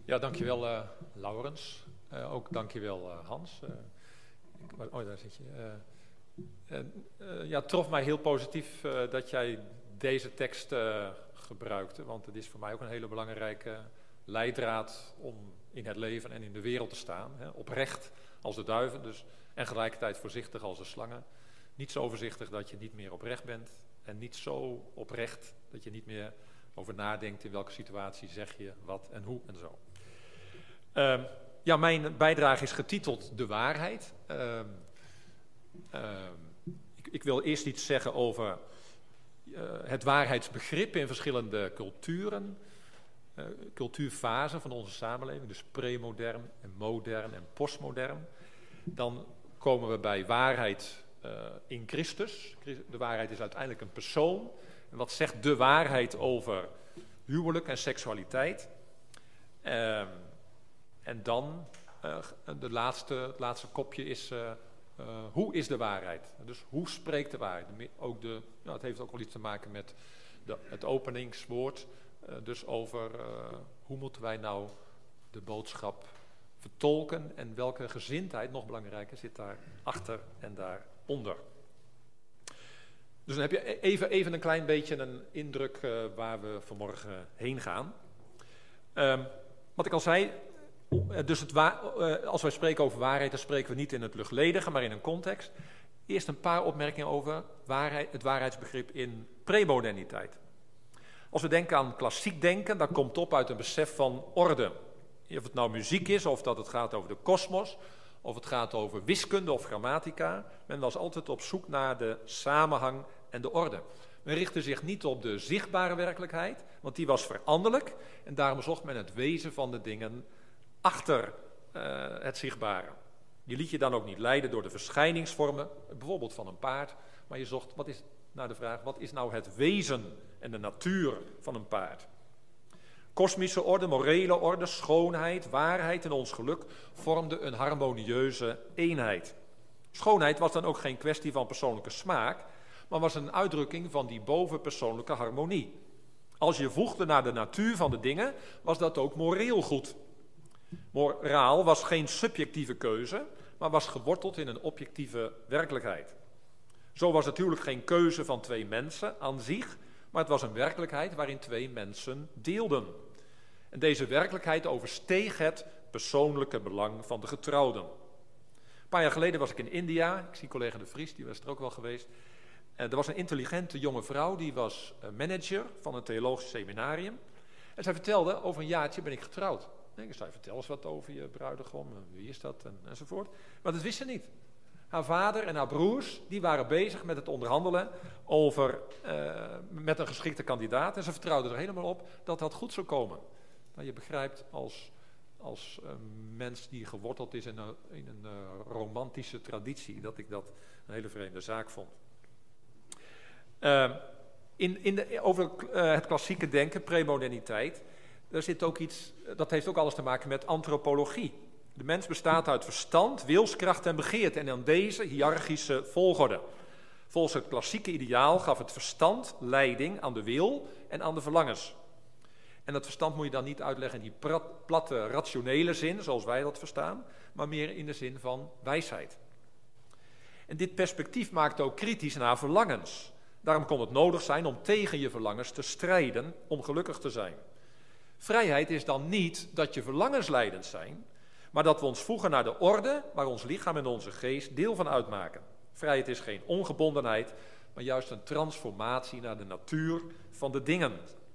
Ja, dankjewel Laurens. Ook dankjewel Hans. Daar zit je. Het trof mij heel positief dat jij deze tekst gebruikte, want het is voor mij ook een hele belangrijke leidraad om in het leven en in de wereld te staan. Hè. Oprecht als de duiven dus, en tegelijkertijd voorzichtig als de slangen. Niet zo voorzichtig dat je niet meer oprecht bent en niet zo oprecht dat je niet meer over nadenkt in welke situatie zeg je wat en hoe en zo. Mijn bijdrage is getiteld De Waarheid. Ik wil eerst iets zeggen over het waarheidsbegrip in verschillende culturen, cultuurfasen van onze samenleving, dus premodern en modern en postmodern. Dan komen we bij waarheid in Christus. De waarheid is uiteindelijk een persoon. En wat zegt de waarheid over huwelijk en seksualiteit? En dan, het laatste kopje is, hoe is de waarheid? Dus hoe spreekt de waarheid? Het heeft ook wel iets te maken met het openingswoord. Dus over hoe moeten wij nou de boodschap vertolken en welke gezindheid, nog belangrijker, zit daar achter en daaronder. Dus dan heb je even een klein beetje een indruk waar we vanmorgen heen gaan. Wat ik al zei, dus als wij spreken over waarheid, dan spreken we niet in het luchtledige, maar in een context. Eerst een paar opmerkingen over het waarheidsbegrip in premoderniteit. Als we denken aan klassiek denken, dan komt het op uit een besef van orde. Of het nou muziek is, of dat het gaat over de kosmos, of het gaat over wiskunde of grammatica. Men was altijd op zoek naar de samenhang en de orde. Men richtte zich niet op de zichtbare werkelijkheid, want die was veranderlijk. En daarom zocht men het wezen van de dingen achter het zichtbare. Je liet je dan ook niet leiden door de verschijningsvormen, bijvoorbeeld van een paard. Maar je zocht, naar de vraag, wat is nou het wezen en de natuur van een paard? Kosmische orde, morele orde, schoonheid, waarheid en ons geluk vormden een harmonieuze eenheid. Schoonheid was dan ook geen kwestie van persoonlijke smaak, maar was een uitdrukking van die bovenpersoonlijke harmonie. Als je voegde naar de natuur van de dingen, was dat ook moreel goed. Moraal was geen subjectieve keuze, maar was geworteld in een objectieve werkelijkheid. Zo was het natuurlijk geen keuze van twee mensen aan zich, maar het was een werkelijkheid waarin twee mensen deelden. En deze werkelijkheid oversteeg het persoonlijke belang van de getrouwden. Een paar jaar geleden was ik in India, ik zie collega De Vries, die was er ook wel geweest. Er was een intelligente jonge vrouw, die was manager van een theologisch seminarium. En zij vertelde, over een jaartje ben ik getrouwd. Ik zei, vertel eens wat over je bruidegom, wie is dat enzovoort. Maar dat wist ze niet. Haar vader en haar broers, die waren bezig met het onderhandelen met een geschikte kandidaat. En ze vertrouwden er helemaal op dat dat goed zou komen. Nou, je begrijpt als mens die geworteld is in een romantische traditie, dat ik dat een hele vreemde zaak vond. Over het klassieke denken, premoderniteit, daar zit ook iets, dat heeft ook alles te maken met antropologie. De mens bestaat uit verstand, wilskracht en begeerte en in deze hiërarchische volgorde. Volgens het klassieke ideaal gaf het verstand leiding aan de wil en aan de verlangens. En dat verstand moet je dan niet uitleggen in die platte rationele zin, zoals wij dat verstaan, maar meer in de zin van wijsheid. En dit perspectief maakt ook kritisch naar verlangens. Daarom kon het nodig zijn om tegen je verlangens te strijden om gelukkig te zijn. Vrijheid is dan niet dat je verlangens leidend zijn, maar dat we ons voegen naar de orde waar ons lichaam en onze geest deel van uitmaken. Vrijheid is geen ongebondenheid, maar juist een transformatie naar de natuur van de dingen.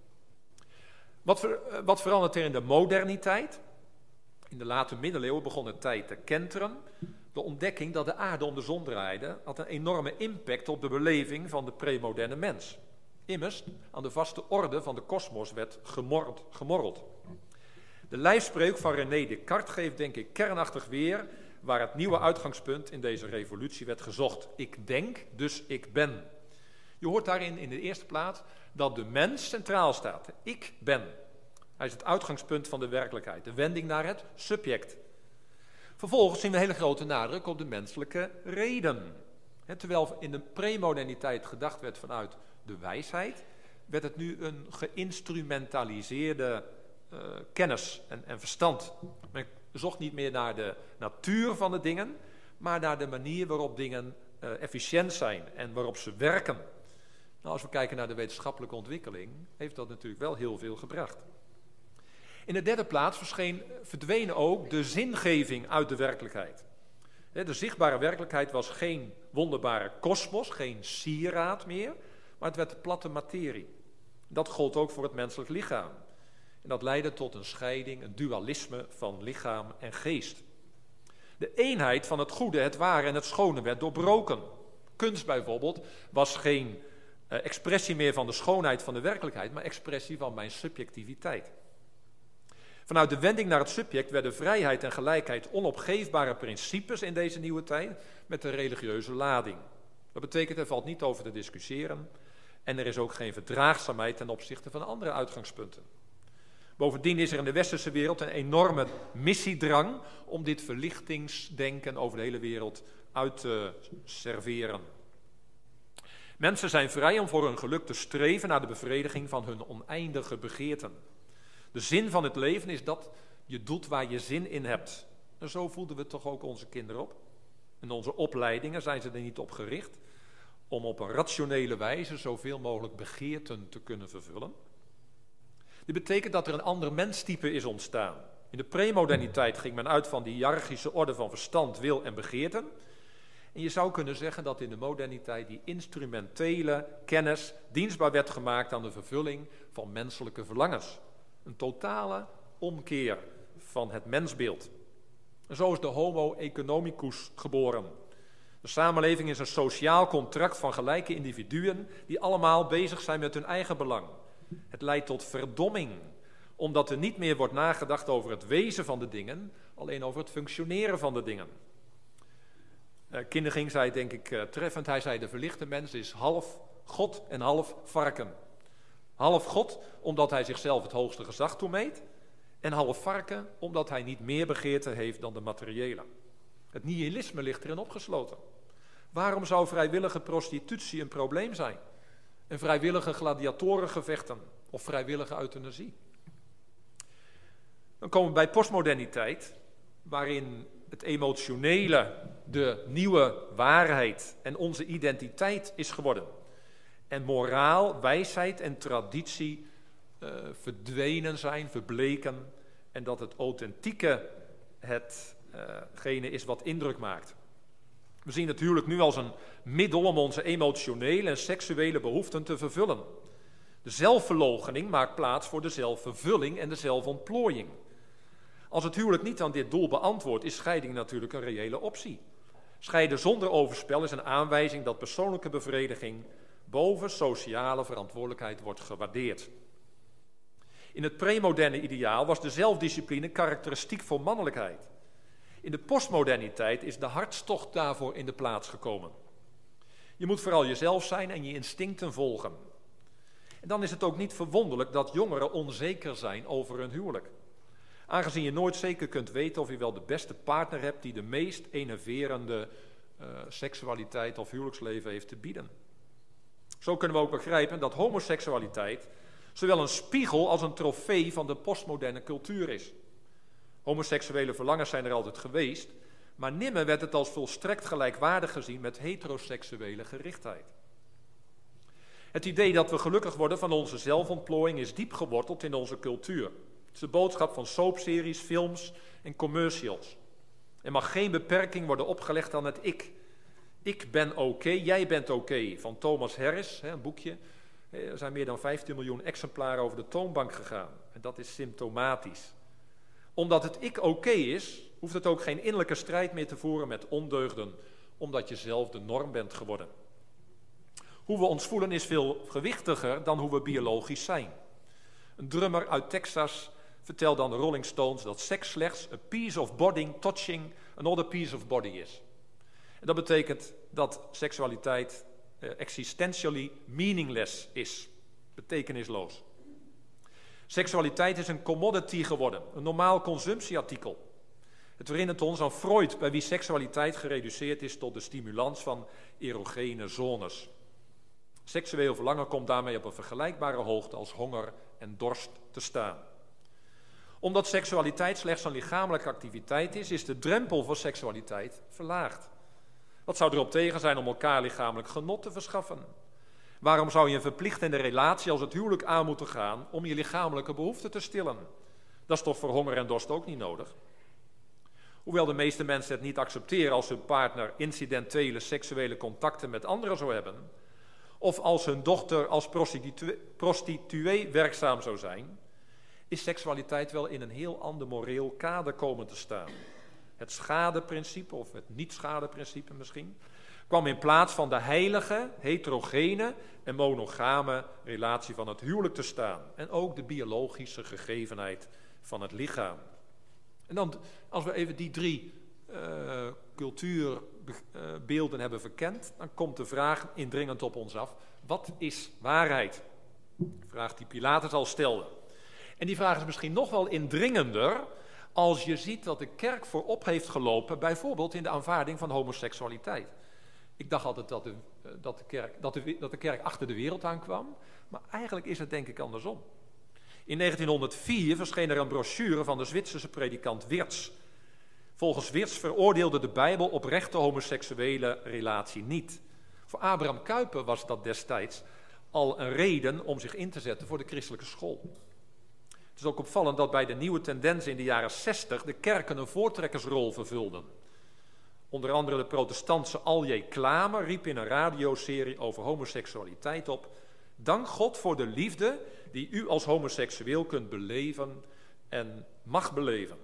Wat verandert er in de moderniteit? In de late middeleeuwen begon de tijd te kenteren. De ontdekking dat de aarde om de zon draaide had een enorme impact op de beleving van de premoderne mens. Immers, aan de vaste orde van de kosmos werd gemorreld. De lijfspreuk van René Descartes geeft, denk ik, kernachtig weer waar het nieuwe uitgangspunt in deze revolutie werd gezocht. Ik denk, dus ik ben. Je hoort daarin in de eerste plaats dat de mens centraal staat. Ik ben. Hij is het uitgangspunt van de werkelijkheid, de wending naar het subject. Vervolgens zien we een hele grote nadruk op de menselijke reden. Terwijl in de premoderniteit gedacht werd vanuit de wijsheid, werd het nu een geïnstrumentaliseerde kennis en verstand. Men zocht niet meer naar de natuur van de dingen, maar naar de manier waarop dingen efficiënt zijn en waarop ze werken. Nou, als we kijken naar de wetenschappelijke ontwikkeling, heeft dat natuurlijk wel heel veel gebracht. In de derde plaats verdween ook de zingeving uit de werkelijkheid. De zichtbare werkelijkheid was geen wonderbare kosmos, geen sieraad meer, maar het werd de platte materie. Dat gold ook voor het menselijk lichaam. En dat leidde tot een scheiding, een dualisme van lichaam en geest. De eenheid van het goede, het ware en het schone werd doorbroken. Kunst bijvoorbeeld was geen expressie meer van de schoonheid van de werkelijkheid, maar expressie van mijn subjectiviteit. Vanuit de wending naar het subject werden vrijheid en gelijkheid onopgeefbare principes in deze nieuwe tijd met een religieuze lading. Dat betekent er valt niet over te discussiëren en er is ook geen verdraagzaamheid ten opzichte van andere uitgangspunten. Bovendien is er in de westerse wereld een enorme missiedrang om dit verlichtingsdenken over de hele wereld uit te serveren. Mensen zijn vrij om voor hun geluk te streven naar de bevrediging van hun oneindige begeerten. De zin van het leven is dat je doet waar je zin in hebt. En zo voeden we toch ook onze kinderen op. In onze opleidingen zijn ze er niet op gericht om op een rationele wijze zoveel mogelijk begeerten te kunnen vervullen. Dit betekent dat er een ander menstype is ontstaan. In de premoderniteit ging men uit van die hiërarchische orde van verstand, wil en begeerten. En je zou kunnen zeggen dat in de moderniteit die instrumentele kennis dienstbaar werd gemaakt aan de vervulling van menselijke verlangens. Een totale omkeer van het mensbeeld. En zo is de homo economicus geboren. De samenleving is een sociaal contract van gelijke individuen die allemaal bezig zijn met hun eigen belang. Het leidt tot verdomming, omdat er niet meer wordt nagedacht over het wezen van de dingen, alleen over het functioneren van de dingen. Kinderging zei, denk ik, treffend, hij zei de verlichte mens is half God en half varken. Half God, omdat hij zichzelf het hoogste gezag toemeet, en half varken, omdat hij niet meer begeerte heeft dan de materiële. Het nihilisme ligt erin opgesloten. Waarom zou vrijwillige prostitutie een probleem zijn? En vrijwillige gladiatorengevechten of vrijwillige euthanasie? Dan komen we bij postmoderniteit, waarin het emotionele de nieuwe waarheid en onze identiteit is geworden. En moraal, wijsheid en traditie verdwenen zijn, verbleken. En dat het authentieke hetgene is wat indruk maakt. We zien het huwelijk nu als een middel om onze emotionele en seksuele behoeften te vervullen. De zelfverloochening maakt plaats voor de zelfvervulling en de zelfontplooiing. Als het huwelijk niet aan dit doel beantwoordt, is scheiding natuurlijk een reële optie. Scheiden zonder overspel is een aanwijzing dat persoonlijke bevrediging boven sociale verantwoordelijkheid wordt gewaardeerd. In het premoderne ideaal was de zelfdiscipline karakteristiek voor mannelijkheid. In de postmoderniteit is de hartstocht daarvoor in de plaats gekomen. Je moet vooral jezelf zijn en je instincten volgen. En dan is het ook niet verwonderlijk dat jongeren onzeker zijn over hun huwelijk. Aangezien je nooit zeker kunt weten of je wel de beste partner hebt die de meest enerverende seksualiteit of huwelijksleven heeft te bieden. Zo kunnen we ook begrijpen dat homoseksualiteit zowel een spiegel als een trofee van de postmoderne cultuur is. Homoseksuele verlangens zijn er altijd geweest, maar nimmer werd het als volstrekt gelijkwaardig gezien met heteroseksuele gerichtheid. Het idee dat we gelukkig worden van onze zelfontplooiing is diep geworteld in onze cultuur. Het is de boodschap van soapseries, films en commercials. Er mag geen beperking worden opgelegd aan het ik. Ik ben oké, jij bent oké, van Thomas Harris, een boekje. Er zijn meer dan 15 miljoen exemplaren over de toonbank gegaan. En dat is symptomatisch. Omdat het ik oké is, hoeft het ook geen innerlijke strijd meer te voeren met ondeugden, omdat je zelf de norm bent geworden. Hoe we ons voelen is veel gewichtiger dan hoe we biologisch zijn. Een drummer uit Texas vertelde aan de Rolling Stones dat seks slechts a piece of body touching another piece of body is. En dat betekent dat seksualiteit existentially meaningless is, betekenisloos. Seksualiteit is een commodity geworden, een normaal consumptieartikel. Het herinnert ons aan Freud, bij wie seksualiteit gereduceerd is tot de stimulans van erogene zones. Seksueel verlangen komt daarmee op een vergelijkbare hoogte als honger en dorst te staan. Omdat seksualiteit slechts een lichamelijke activiteit is de drempel voor seksualiteit verlaagd. Wat zou erop tegen zijn om elkaar lichamelijk genot te verschaffen? Waarom zou je een verplichtende relatie als het huwelijk aan moeten gaan om je lichamelijke behoeften te stillen? Dat is toch voor honger en dorst ook niet nodig? Hoewel de meeste mensen het niet accepteren als hun partner incidentele seksuele contacten met anderen zou hebben, of als hun dochter als prostituee werkzaam zou zijn, is seksualiteit wel in een heel ander moreel kader komen te staan. Het schadeprincipe, of het niet-schadeprincipe misschien, kwam in plaats van de heilige, heterogene en monogame relatie van het huwelijk te staan. En ook de biologische gegevenheid van het lichaam. En dan, als we even die drie cultuurbeelden hebben verkend, dan komt de vraag indringend op ons af: wat is waarheid? De vraag die Pilatus al stelde. En die vraag is misschien nog wel indringender als je ziet dat de kerk voorop heeft gelopen, bijvoorbeeld in de aanvaarding van homoseksualiteit. Ik dacht altijd dat de kerk achter de wereld aankwam, maar eigenlijk is het denk ik andersom. In 1904 verscheen er een brochure van de Zwitserse predikant Wirtz. Volgens Wirtz veroordeelde de Bijbel oprechte homoseksuele relatie niet. Voor Abraham Kuyper was dat destijds al een reden om zich in te zetten voor de christelijke school. Het is ook opvallend dat bij de nieuwe tendensen in de jaren 60 de kerken een voortrekkersrol vervulden. Onder andere de protestantse Al.J. Klamer riep in een radioserie over homoseksualiteit op: dank God voor de liefde die u als homoseksueel kunt beleven en mag beleven.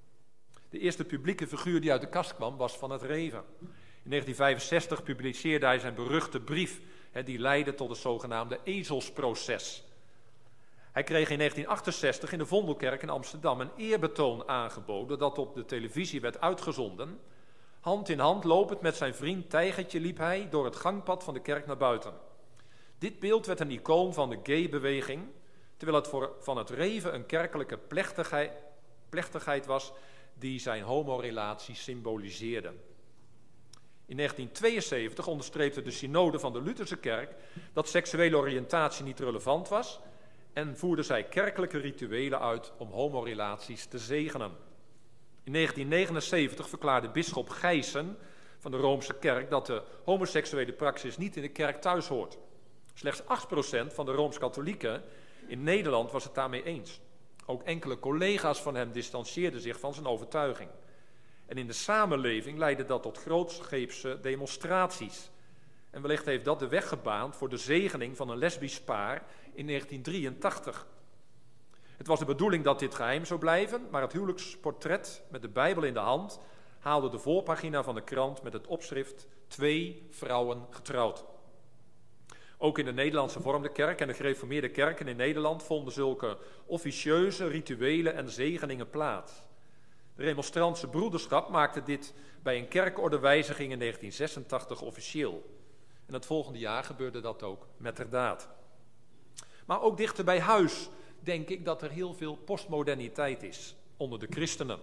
De eerste publieke figuur die uit de kast kwam was Van het Reven. In 1965 publiceerde hij zijn beruchte brief, die leidde tot het zogenaamde ezelsproces. Hij kreeg in 1968 in de Vondelkerk in Amsterdam een eerbetoon aangeboden dat op de televisie werd uitgezonden. Hand in hand lopend met zijn vriend Tijgertje liep hij door het gangpad van de kerk naar buiten. Dit beeld werd een icoon van de gay-beweging, terwijl het voor Van het Reven een kerkelijke plechtigheid was die zijn homorelatie symboliseerde. In 1972 onderstreepte de synode van de Lutherse kerk dat seksuele oriëntatie niet relevant was en voerde zij kerkelijke rituelen uit om homorelaties te zegenen. In 1979 verklaarde bisschop Gijssen van de Roomse kerk dat de homoseksuele praxis niet in de kerk thuis hoort. Slechts 8% van de Rooms-Katholieken in Nederland was het daarmee eens. Ook enkele collega's van hem distancieerden zich van zijn overtuiging. En in de samenleving leidde dat tot grootscheepse demonstraties. En wellicht heeft dat de weg gebaand voor de zegening van een lesbisch paar in 1983. Het was de bedoeling dat dit geheim zou blijven, maar het huwelijksportret met de Bijbel in de hand haalde de voorpagina van de krant met het opschrift 2 vrouwen getrouwd. Ook in de Nederlandse Vormde Kerk en de gereformeerde kerken in Nederland vonden zulke officieuze rituelen en zegeningen plaats. De Remonstrantse broederschap maakte dit bij een kerkordewijziging in 1986 officieel. En het volgende jaar gebeurde dat ook metterdaad. Maar ook dichter bij huis denk ik dat er heel veel postmoderniteit is onder de christenen.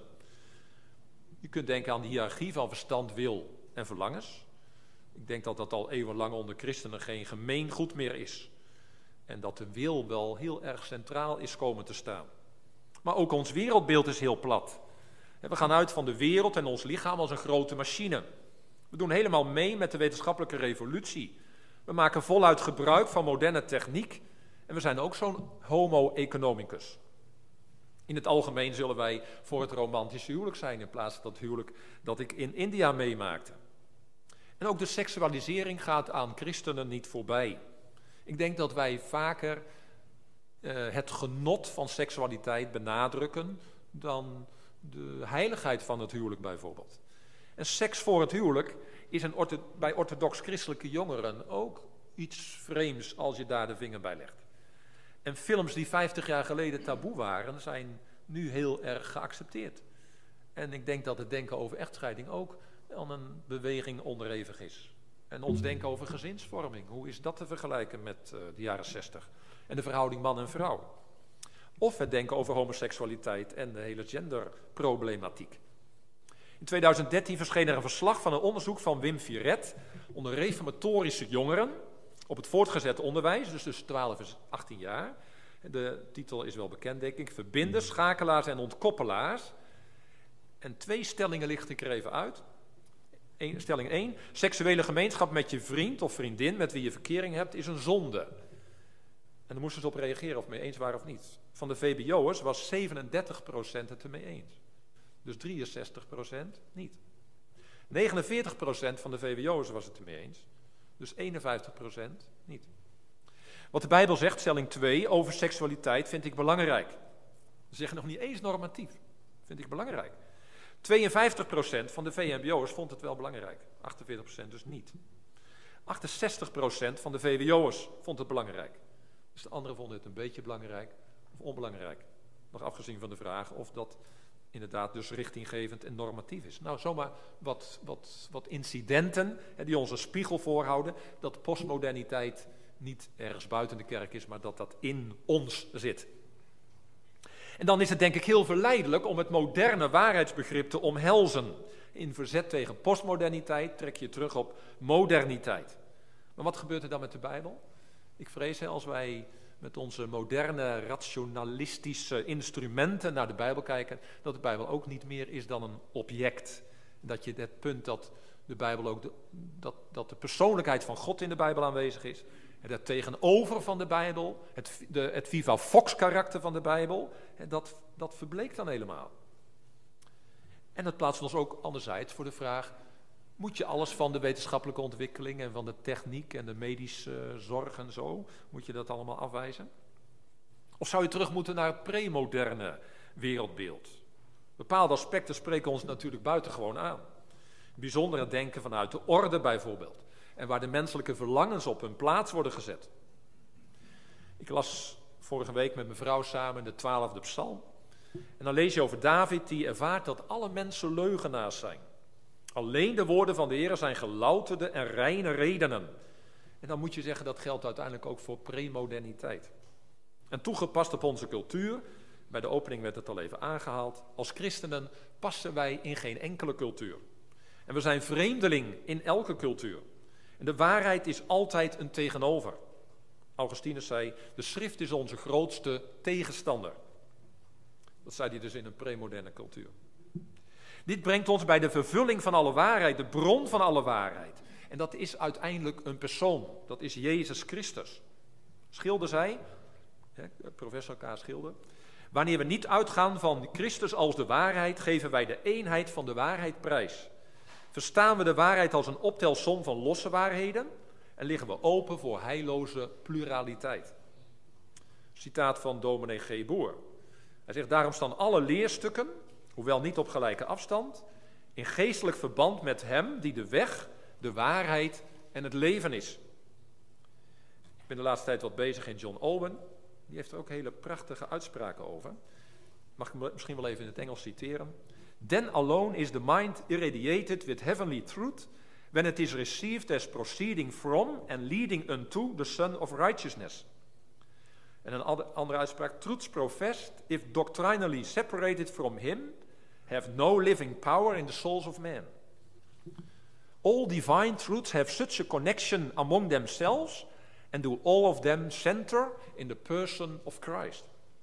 Je kunt denken aan de hiërarchie van verstand, wil en verlangens. Ik denk dat dat al eeuwenlang onder christenen geen gemeengoed meer is. En dat de wil wel heel erg centraal is komen te staan. Maar ook ons wereldbeeld is heel plat. We gaan uit van de wereld en ons lichaam als een grote machine. We doen helemaal mee met de wetenschappelijke revolutie. We maken voluit gebruik van moderne techniek. En we zijn ook zo'n homo economicus. In het algemeen zullen wij voor het romantische huwelijk zijn in plaats van dat huwelijk dat ik in India meemaakte. En ook de seksualisering gaat aan christenen niet voorbij. Ik denk dat wij vaker het genot van seksualiteit benadrukken dan de heiligheid van het huwelijk bijvoorbeeld. En seks voor het huwelijk is bij orthodox-christelijke jongeren ook iets vreemds als je daar de vinger bij legt. En films die 50 jaar geleden taboe waren, zijn nu heel erg geaccepteerd. En ik denk dat het denken over echtscheiding ook aan een beweging onderhevig is. En ons denken over gezinsvorming, hoe is dat te vergelijken met de jaren 60? En de verhouding man en vrouw. Of het denken over homoseksualiteit en de hele genderproblematiek. In 2013 verscheen er een verslag van een onderzoek van Wim Viret onder reformatorische jongeren op het voortgezet onderwijs, dus tussen 12 en 18 jaar. De titel is wel bekend, denk ik. Verbinders, schakelaars en ontkoppelaars. En 2 stellingen licht ik er even uit. Stelling 1. Seksuele gemeenschap met je vriend of vriendin met wie je verkering hebt is een zonde. En dan moesten ze op reageren of het mee eens waren of niet. Van de VBO'ers was 37% het ermee eens. Dus 63% niet. 49% van de VWO'ers was het ermee eens. Dus 51% niet. Wat de Bijbel zegt, stelling 2, over seksualiteit vind ik belangrijk. Ze zeggen nog niet eens normatief. Vind ik belangrijk. 52% van de VMBO'ers vond het wel belangrijk. 48% dus niet. 68% van de VWO'ers vond het belangrijk. Dus de anderen vonden het een beetje belangrijk of onbelangrijk. Nog afgezien van de vraag of dat inderdaad dus richtinggevend en normatief is. Nou, zomaar wat incidenten die ons een spiegel voorhouden, dat postmoderniteit niet ergens buiten de kerk is, maar dat dat in ons zit. En dan is het denk ik heel verleidelijk om het moderne waarheidsbegrip te omhelzen. In verzet tegen postmoderniteit trek je terug op moderniteit. Maar wat gebeurt er dan met de Bijbel? Ik vrees, als wij met onze moderne rationalistische instrumenten naar de Bijbel kijken, dat de Bijbel ook niet meer is dan een object. Dat je het punt dat de Bijbel ook dat de persoonlijkheid van God in de Bijbel aanwezig is, en dat tegenover van de Bijbel, het Viva Vox karakter van de Bijbel, dat verbleekt dan helemaal. En dat plaatst ons ook anderzijds voor de vraag, moet je alles van de wetenschappelijke ontwikkeling en van de techniek en de medische zorg en zo, moet je dat allemaal afwijzen? Of zou je terug moeten naar het premoderne wereldbeeld? Bepaalde aspecten spreken ons natuurlijk buitengewoon aan. Bijzondere denken vanuit de orde bijvoorbeeld. En waar de menselijke verlangens op hun plaats worden gezet. Ik las vorige week met mijn vrouw samen de 12e psalm. En dan lees je over David die ervaart dat alle mensen leugenaars zijn. Alleen de woorden van de Heer zijn gelouterde en reine redenen. En dan moet je zeggen, dat geldt uiteindelijk ook voor premoderniteit. En toegepast op onze cultuur, bij de opening werd het al even aangehaald, als christenen passen wij in geen enkele cultuur. En we zijn vreemdeling in elke cultuur. En de waarheid is altijd een tegenover. Augustinus zei, de schrift is onze grootste tegenstander. Dat zei hij dus in een premoderne cultuur. Dit brengt ons bij de vervulling van alle waarheid, de bron van alle waarheid. En dat is uiteindelijk een persoon, dat is Jezus Christus. Schilder zei, professor K. Schilder, wanneer we niet uitgaan van Christus als de waarheid, geven wij de eenheid van de waarheid prijs. Verstaan we de waarheid als een optelsom van losse waarheden en liggen we open voor heilloze pluraliteit. Citaat van dominee G. Boer. Hij zegt, daarom staan alle leerstukken, hoewel niet op gelijke afstand, in geestelijk verband met hem die de weg, de waarheid en het leven is. Ik ben de laatste tijd wat bezig in John Owen. Die heeft er ook hele prachtige uitspraken over. Mag ik misschien wel even in het Engels citeren. Then alone is the mind irradiated with heavenly truth when it is received as proceeding from and leading unto the Son of Righteousness. En een andere uitspraak, truths professed, if doctrinally separated from him, have no living power in the souls of men. All divine truths have such a connection among themselves and do all of them center in the person of Christ.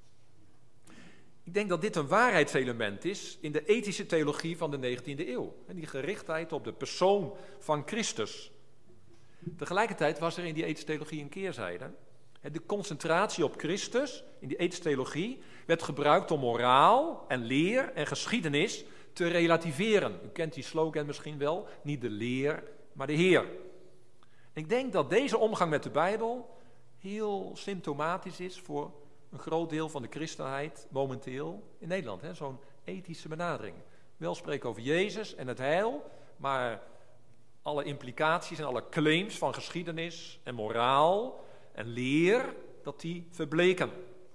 Ik denk dat dit een waarheidselement is in de ethische theologie van de 19e eeuw. En die gerichtheid op de persoon van Christus. Tegelijkertijd was er in die ethische theologie een keerzijde. De concentratie op Christus in die ethische theologie werd gebruikt om moraal en leer en geschiedenis te relativeren. U kent die slogan misschien wel, niet de leer, maar de Heer. En ik denk dat deze omgang met de Bijbel heel symptomatisch is voor een groot deel van de christenheid momenteel in Nederland. Zo'n ethische benadering. Wel spreken over Jezus en het heil, maar alle implicaties en alle claims van geschiedenis en moraal en leer, dat die verbleken.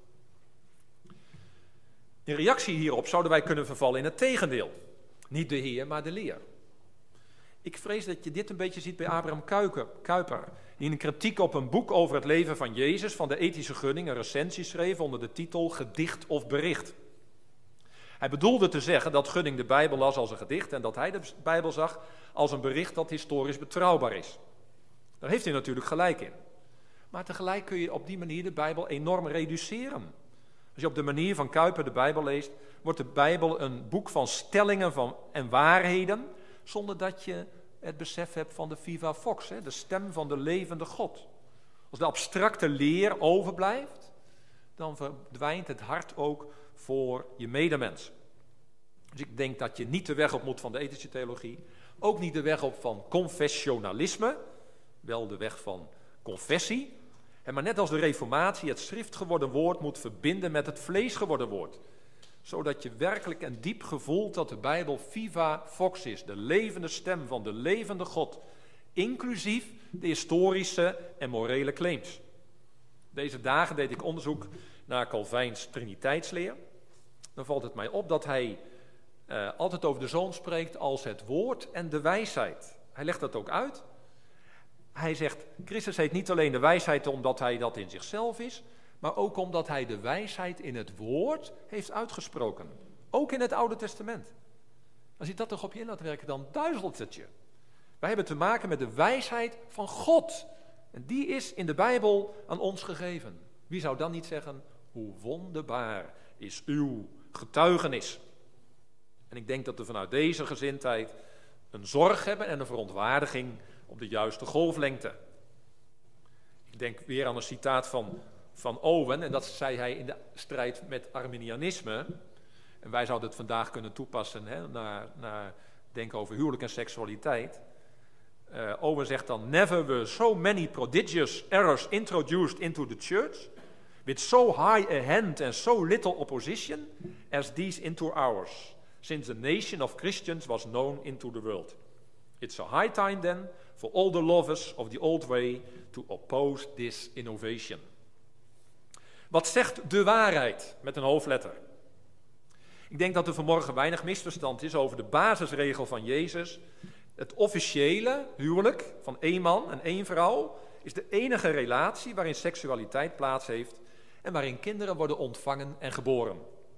In reactie hierop zouden wij kunnen vervallen in het tegendeel. Niet de Heer, maar de leer. Ik vrees dat je dit een beetje ziet bij Abraham Kuyper, die in een kritiek op een boek over het leven van Jezus van de ethische gunning een recensie schreef onder de titel Gedicht of Bericht. Hij bedoelde te zeggen dat gunning de Bijbel las als een gedicht en dat hij de Bijbel zag als een bericht dat historisch betrouwbaar is. Daar heeft hij natuurlijk gelijk in. Maar tegelijk kun je op die manier de Bijbel enorm reduceren. Als je op de manier van Kuyper de Bijbel leest, wordt de Bijbel een boek van stellingen en waarheden, zonder dat je het besef hebt van de viva vox, de stem van de levende God. Als de abstracte leer overblijft, dan verdwijnt het hart ook voor je medemens. Dus ik denk dat je niet de weg op moet van de ethische theologie, ook niet de weg op van confessionalisme, wel de weg van confessie. Maar net als de reformatie het schrift geworden woord moet verbinden met het vlees geworden woord. Zodat je werkelijk en diep gevoelt dat de Bijbel viva vox is, de levende stem van de levende God, inclusief de historische en morele claims. Deze dagen deed ik onderzoek naar Calvijns triniteitsleer. Dan valt het mij op dat hij altijd over de Zoon spreekt als het woord en de wijsheid. Hij legt dat ook uit. Hij zegt, Christus heeft niet alleen de wijsheid omdat hij dat in zichzelf is, maar ook omdat hij de wijsheid in het woord heeft uitgesproken. Ook in het Oude Testament. Als je dat toch op je in laat werken, dan duizelt het je. Wij hebben te maken met de wijsheid van God. En die is in de Bijbel aan ons gegeven. Wie zou dan niet zeggen, hoe wonderbaar is uw getuigenis? En ik denk dat we vanuit deze gezindheid een zorg hebben en een verontwaardiging op de juiste golflengte. Ik denk weer aan een citaat van Owen, en dat zei hij in de strijd met Arminianisme. En wij zouden het vandaag kunnen toepassen naar denken over huwelijk en seksualiteit. Owen zegt dan, never were so many prodigious errors introduced into the church, with so high a hand and so little opposition, as these into ours, since the nation of Christians was known into the world. It's a high time then for all the lovers of the old way to oppose this innovation. Wat zegt de waarheid met een hoofdletter? Ik denk dat er vanmorgen weinig misverstand is over de basisregel van Jezus. Het officiële huwelijk van één man en één vrouw is de enige relatie waarin seksualiteit plaats heeft en waarin kinderen worden ontvangen en geboren.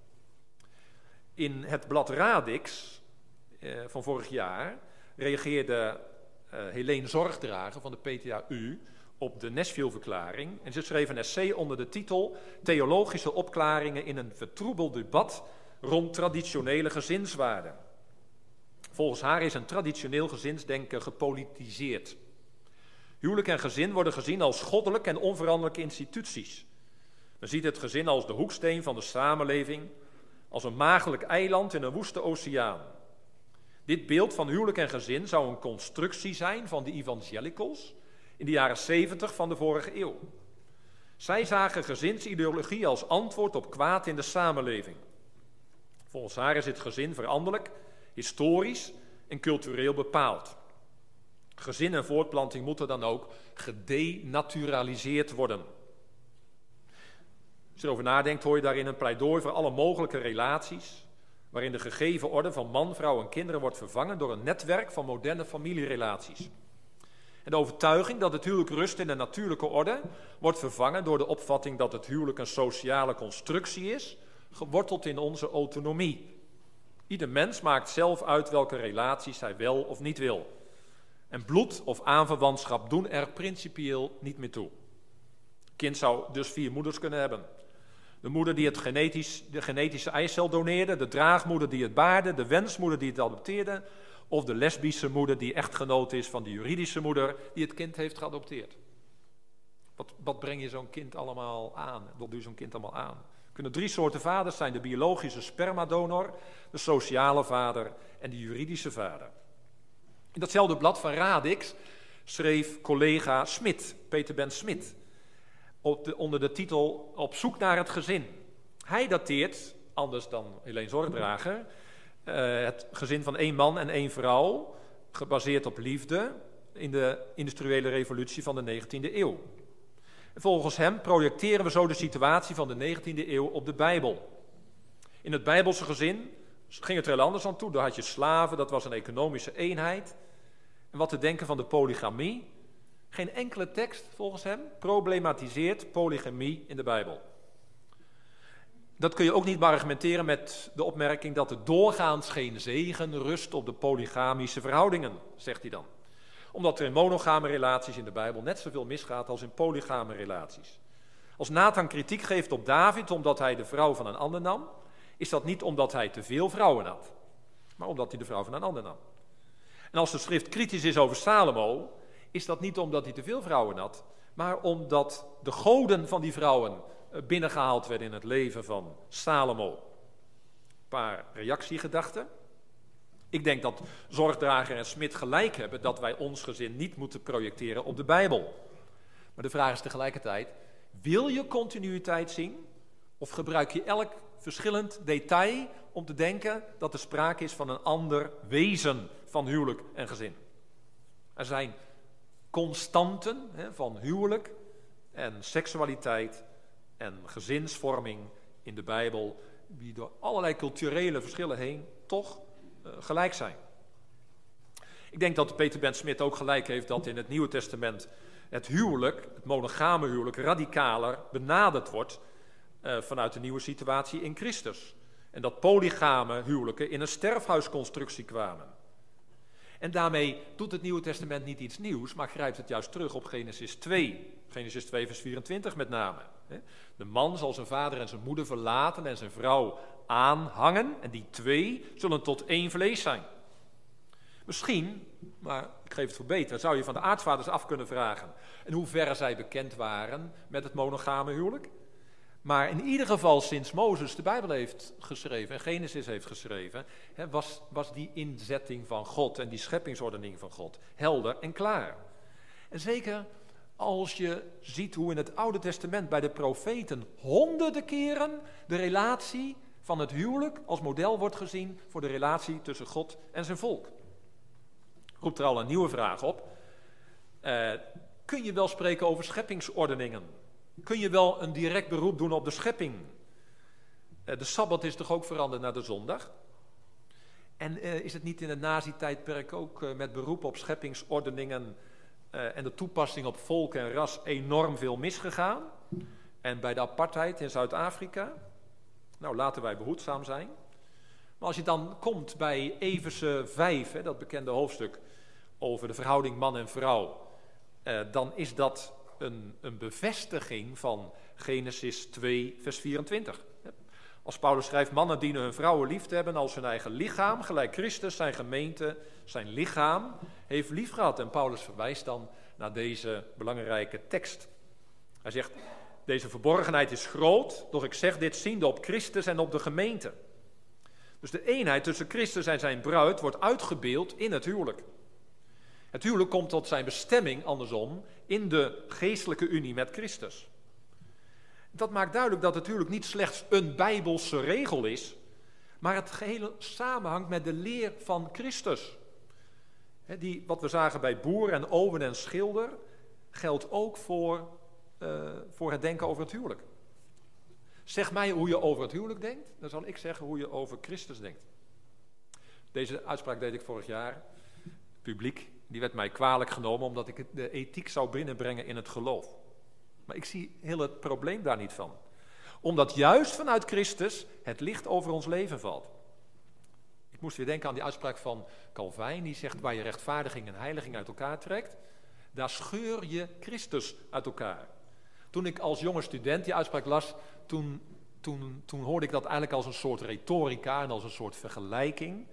In het blad Radix van vorig jaar reageerde Helene Zorgdrager van de PTAU op de Nashville-verklaring. En ze schreef een essay onder de titel Theologische opklaringen in een vertroebeld debat rond traditionele gezinswaarden. Volgens haar is een traditioneel gezinsdenken gepolitiseerd. Huwelijk en gezin worden gezien als goddelijk en onveranderlijke instituties. Men ziet het gezin als de hoeksteen van de samenleving, als een maagdelijk eiland in een woeste oceaan. Dit beeld van huwelijk en gezin zou een constructie zijn van de evangelicals in de jaren 70 van de vorige eeuw. Zij zagen gezinsideologie als antwoord op kwaad in de samenleving. Volgens haar is het gezin veranderlijk, historisch en cultureel bepaald. Gezin en voortplanting moeten dan ook gedenaturaliseerd worden. Als je erover nadenkt, hoor je daarin een pleidooi voor alle mogelijke relaties, waarin de gegeven orde van man, vrouw en kinderen wordt vervangen door een netwerk van moderne familierelaties. En de overtuiging dat het huwelijk rust in de natuurlijke orde wordt vervangen door de opvatting dat het huwelijk een sociale constructie is, geworteld in onze autonomie. Ieder mens maakt zelf uit welke relaties hij wel of niet wil. En bloed of aanverwantschap doen er principieel niet meer toe. Een kind zou dus 4 moeders kunnen hebben. De moeder die de genetische eicel doneerde, de draagmoeder die het baarde, de wensmoeder die het adopteerde, of de lesbische moeder die echtgenoot is van de juridische moeder die het kind heeft geadopteerd. Wat breng je zo'n kind allemaal aan? Wat doe je zo'n kind allemaal aan? Er kunnen 3 soorten vaders zijn: de biologische spermadonor, de sociale vader en de juridische vader. In datzelfde blad van Radix schreef collega Smit, Peter Ben Smit, onder de titel Op zoek naar het gezin. Hij dateert, anders dan Helene Zorgdrager, het gezin van 1 man en 1 vrouw, gebaseerd op liefde, in de industriële revolutie van de 19e eeuw. En volgens hem projecteren we zo de situatie van de 19e eeuw op de Bijbel. In het Bijbelse gezin ging het er heel anders aan toe. Daar had je slaven, dat was een economische eenheid. En wat te denken van de polygamie? Geen enkele tekst, volgens hem, problematiseert polygamie in de Bijbel. Dat kun je ook niet argumenteren met de opmerking dat er doorgaans geen zegen rust op de polygamische verhoudingen, zegt hij dan. Omdat er in monogame relaties in de Bijbel net zoveel misgaat als in polygame relaties. Als Nathan kritiek geeft op David omdat hij de vrouw van een ander nam, is dat niet omdat hij te veel vrouwen had, maar omdat hij de vrouw van een ander nam. En als de schrift kritisch is over Salomo, is dat niet omdat hij te veel vrouwen had, maar omdat de goden van die vrouwen binnengehaald werden in het leven van Salomo. Een paar reactiegedachten. Ik denk dat Zorgdrager en Smit gelijk hebben dat wij ons gezin niet moeten projecteren op de Bijbel. Maar de vraag is tegelijkertijd, wil je continuïteit zien of gebruik je elk verschillend detail om te denken dat er sprake is van een ander wezen van huwelijk en gezin? Er zijn constanten van huwelijk en seksualiteit en gezinsvorming in de Bijbel die door allerlei culturele verschillen heen toch gelijk zijn. Ik denk dat Peter Ben Smit ook gelijk heeft dat in het Nieuwe Testament het huwelijk, het monogame huwelijk, radicaler benaderd wordt vanuit de nieuwe situatie in Christus. En dat polygame huwelijken in een sterfhuisconstructie kwamen. En daarmee doet het Nieuwe Testament niet iets nieuws, maar grijpt het juist terug op Genesis 2. Genesis 2 vers 24 met name. De man zal zijn vader en zijn moeder verlaten en zijn vrouw aanhangen. En die twee zullen tot één vlees zijn. Misschien, maar ik geef het voor beter, zou je van de aartsvaders af kunnen vragen in hoeverre zij bekend waren met het monogame huwelijk. Maar in ieder geval sinds Mozes de Bijbel heeft geschreven en Genesis heeft geschreven, was die inzetting van God en die scheppingsordening van God helder en klaar. En zeker als je ziet hoe in het Oude Testament bij de profeten honderden keren de relatie van het huwelijk als model wordt gezien voor de relatie tussen God en zijn volk. Roept er al een nieuwe vraag op. Kun je wel spreken over scheppingsordeningen? Kun je wel een direct beroep doen op de schepping? De Sabbat is toch ook veranderd naar de zondag? En is het niet in het nazi-tijdperk ook met beroep op scheppingsordeningen en de toepassing op volk en ras enorm veel misgegaan? En bij de apartheid in Zuid-Afrika? Nou, laten wij behoedzaam zijn. Maar als je dan komt bij Efeze 5, dat bekende hoofdstuk over de verhouding man en vrouw, dan is dat een bevestiging van Genesis 2, vers 24. Als Paulus schrijft, mannen dienen hun vrouwen lief te hebben als hun eigen lichaam, gelijk Christus zijn gemeente, zijn lichaam, heeft lief gehad. En Paulus verwijst dan naar deze belangrijke tekst. Hij zegt, deze verborgenheid is groot, doch ik zeg dit ziende op Christus en op de gemeente. Dus de eenheid tussen Christus en zijn bruid wordt uitgebeeld in het huwelijk. Het huwelijk komt tot zijn bestemming, andersom, in de geestelijke unie met Christus. Dat maakt duidelijk dat het huwelijk niet slechts een bijbelse regel is, maar het gehele samenhangt met de leer van Christus. Wat we zagen bij Boer en Owen en Schilder, geldt ook voor het denken over het huwelijk. Zeg mij hoe je over het huwelijk denkt, dan zal ik zeggen hoe je over Christus denkt. Deze uitspraak deed ik vorig jaar, publiek. Die werd mij kwalijk genomen omdat ik de ethiek zou binnenbrengen in het geloof. Maar ik zie heel het probleem daar niet van. Omdat juist vanuit Christus het licht over ons leven valt. Ik moest weer denken aan die uitspraak van Calvijn, die zegt waar je rechtvaardiging en heiliging uit elkaar trekt, daar scheur je Christus uit elkaar. Toen ik als jonge student die uitspraak las, toen hoorde ik dat eigenlijk als een soort retorica en als een soort vergelijking.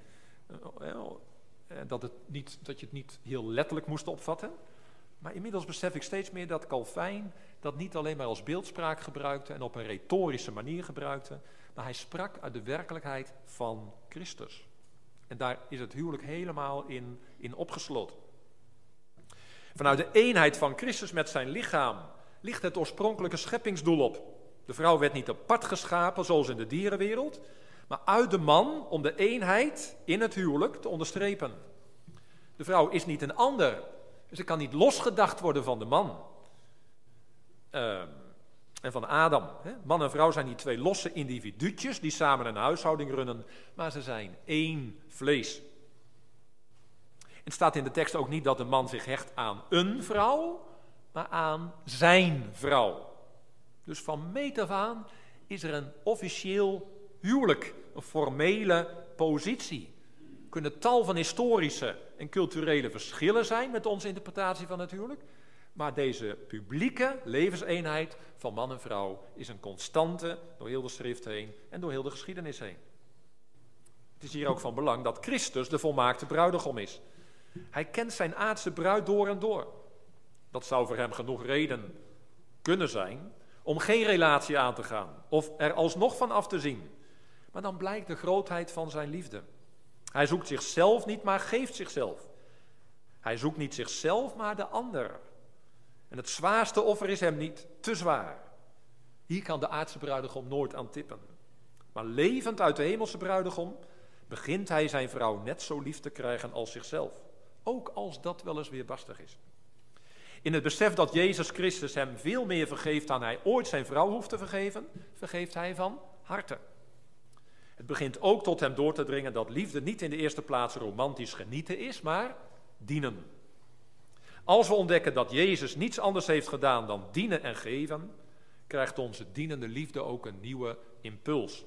Dat je het niet heel letterlijk moest opvatten. Maar inmiddels besef ik steeds meer dat Calvijn dat niet alleen maar als beeldspraak gebruikte en op een retorische manier gebruikte, maar hij sprak uit de werkelijkheid van Christus. En daar is het huwelijk helemaal in opgesloten. Vanuit de eenheid van Christus met zijn lichaam ligt het oorspronkelijke scheppingsdoel op. De vrouw werd niet apart geschapen zoals in de dierenwereld, maar uit de man om de eenheid in het huwelijk te onderstrepen. De vrouw is niet een ander, ze kan niet losgedacht worden van de man en van Adam. Man en vrouw zijn niet twee losse individuutjes die samen een huishouding runnen, maar ze zijn één vlees. Het staat in de tekst ook niet dat de man zich hecht aan een vrouw, maar aan zijn vrouw. Dus van meet af aan is er een officieel huwelijk, een formele positie. kunnen tal van historische en culturele verschillen zijn met onze interpretatie van het huwelijk. Maar deze publieke levenseenheid van man en vrouw is een constante door heel de schrift heen en door heel de geschiedenis heen. Het is hier ook van belang dat Christus de volmaakte bruidegom is. Hij kent zijn aardse bruid door en door. Dat zou voor hem genoeg reden kunnen zijn om geen relatie aan te gaan of er alsnog van af te zien. Maar dan blijkt de grootheid van zijn liefde. Hij zoekt zichzelf niet, maar geeft zichzelf. Hij zoekt niet zichzelf, maar de ander. En het zwaarste offer is hem niet te zwaar. Hier kan de aardse bruidegom nooit aan tippen. Maar levend uit de hemelse bruidegom begint hij zijn vrouw net zo lief te krijgen als zichzelf. Ook als dat wel eens weerbarstig is. In het besef dat Jezus Christus hem veel meer vergeeft dan hij ooit zijn vrouw hoeft te vergeven, vergeeft hij van harte. Het begint ook tot hem door te dringen dat liefde niet in de eerste plaats romantisch genieten is, maar dienen. Als we ontdekken dat Jezus niets anders heeft gedaan dan dienen en geven, krijgt onze dienende liefde ook een nieuwe impuls.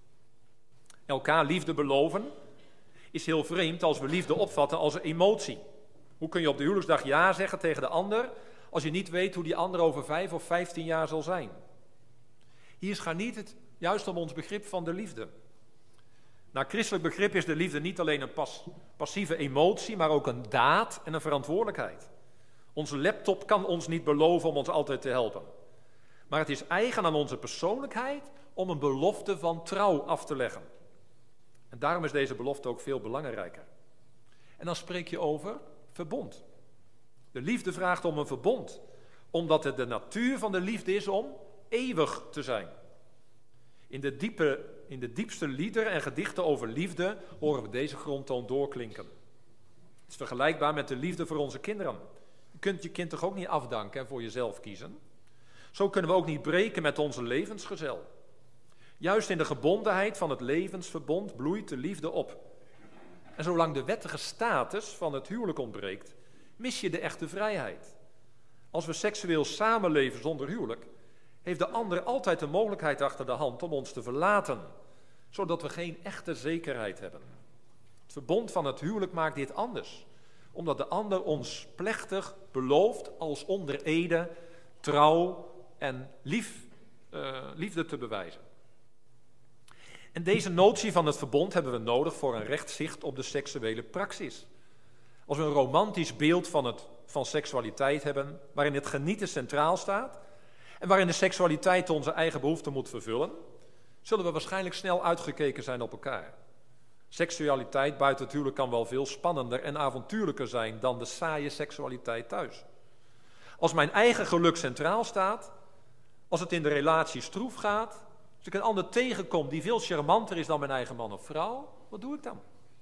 Elkaar liefde beloven is heel vreemd als we liefde opvatten als een emotie. Hoe kun je op de huwelijksdag ja zeggen tegen de ander als je niet weet hoe die ander over 5 of 15 jaar zal zijn? Hier gaat niet het juist om ons begrip van de liefde. Naar christelijk begrip is de liefde niet alleen een passieve emotie, maar ook een daad en een verantwoordelijkheid. Onze laptop kan ons niet beloven om ons altijd te helpen. Maar het is eigen aan onze persoonlijkheid om een belofte van trouw af te leggen. En daarom is deze belofte ook veel belangrijker. En dan spreek je over verbond. De liefde vraagt om een verbond, omdat het de natuur van de liefde is om eeuwig te zijn. In de diepste liederen en gedichten over liefde horen we deze grondtoon doorklinken. Het is vergelijkbaar met de liefde voor onze kinderen. Je kunt je kind toch ook niet afdanken en voor jezelf kiezen? Zo kunnen we ook niet breken met onze levensgezel. Juist in de gebondenheid van het levensverbond bloeit de liefde op. En zolang de wettige status van het huwelijk ontbreekt, mis je de echte vrijheid. Als we seksueel samenleven zonder huwelijk, heeft de ander altijd de mogelijkheid achter de hand om ons te verlaten, zodat we geen echte zekerheid hebben. Het verbond van het huwelijk maakt dit anders, omdat de ander ons plechtig belooft als onder ede trouw en liefde te bewijzen. En deze notie van het verbond hebben we nodig voor een recht zicht op de seksuele praxis. Als we een romantisch beeld van seksualiteit hebben, waarin het genieten centraal staat en waarin de seksualiteit onze eigen behoeften moet vervullen, zullen we waarschijnlijk snel uitgekeken zijn op elkaar. Seksualiteit buiten het huwelijk kan wel veel spannender en avontuurlijker zijn dan de saaie seksualiteit thuis. Als mijn eigen geluk centraal staat, als het in de relatie stroef gaat, als ik een ander tegenkom die veel charmanter is dan mijn eigen man of vrouw, wat doe ik dan?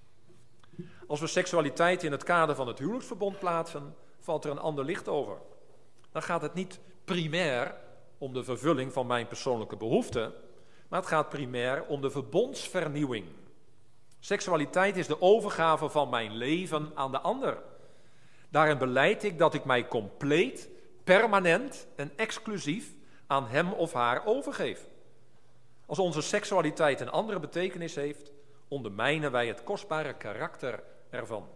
Als we seksualiteit in het kader van het huwelijksverbond plaatsen, valt er een ander licht over. Dan gaat het niet primair om de vervulling van mijn persoonlijke behoeften, maar het gaat primair om de verbondsvernieuwing. Seksualiteit is de overgave van mijn leven aan de ander. Daarin belijd ik dat ik mij compleet, permanent en exclusief aan hem of haar overgeef. Als onze seksualiteit een andere betekenis heeft, ondermijnen wij het kostbare karakter ervan.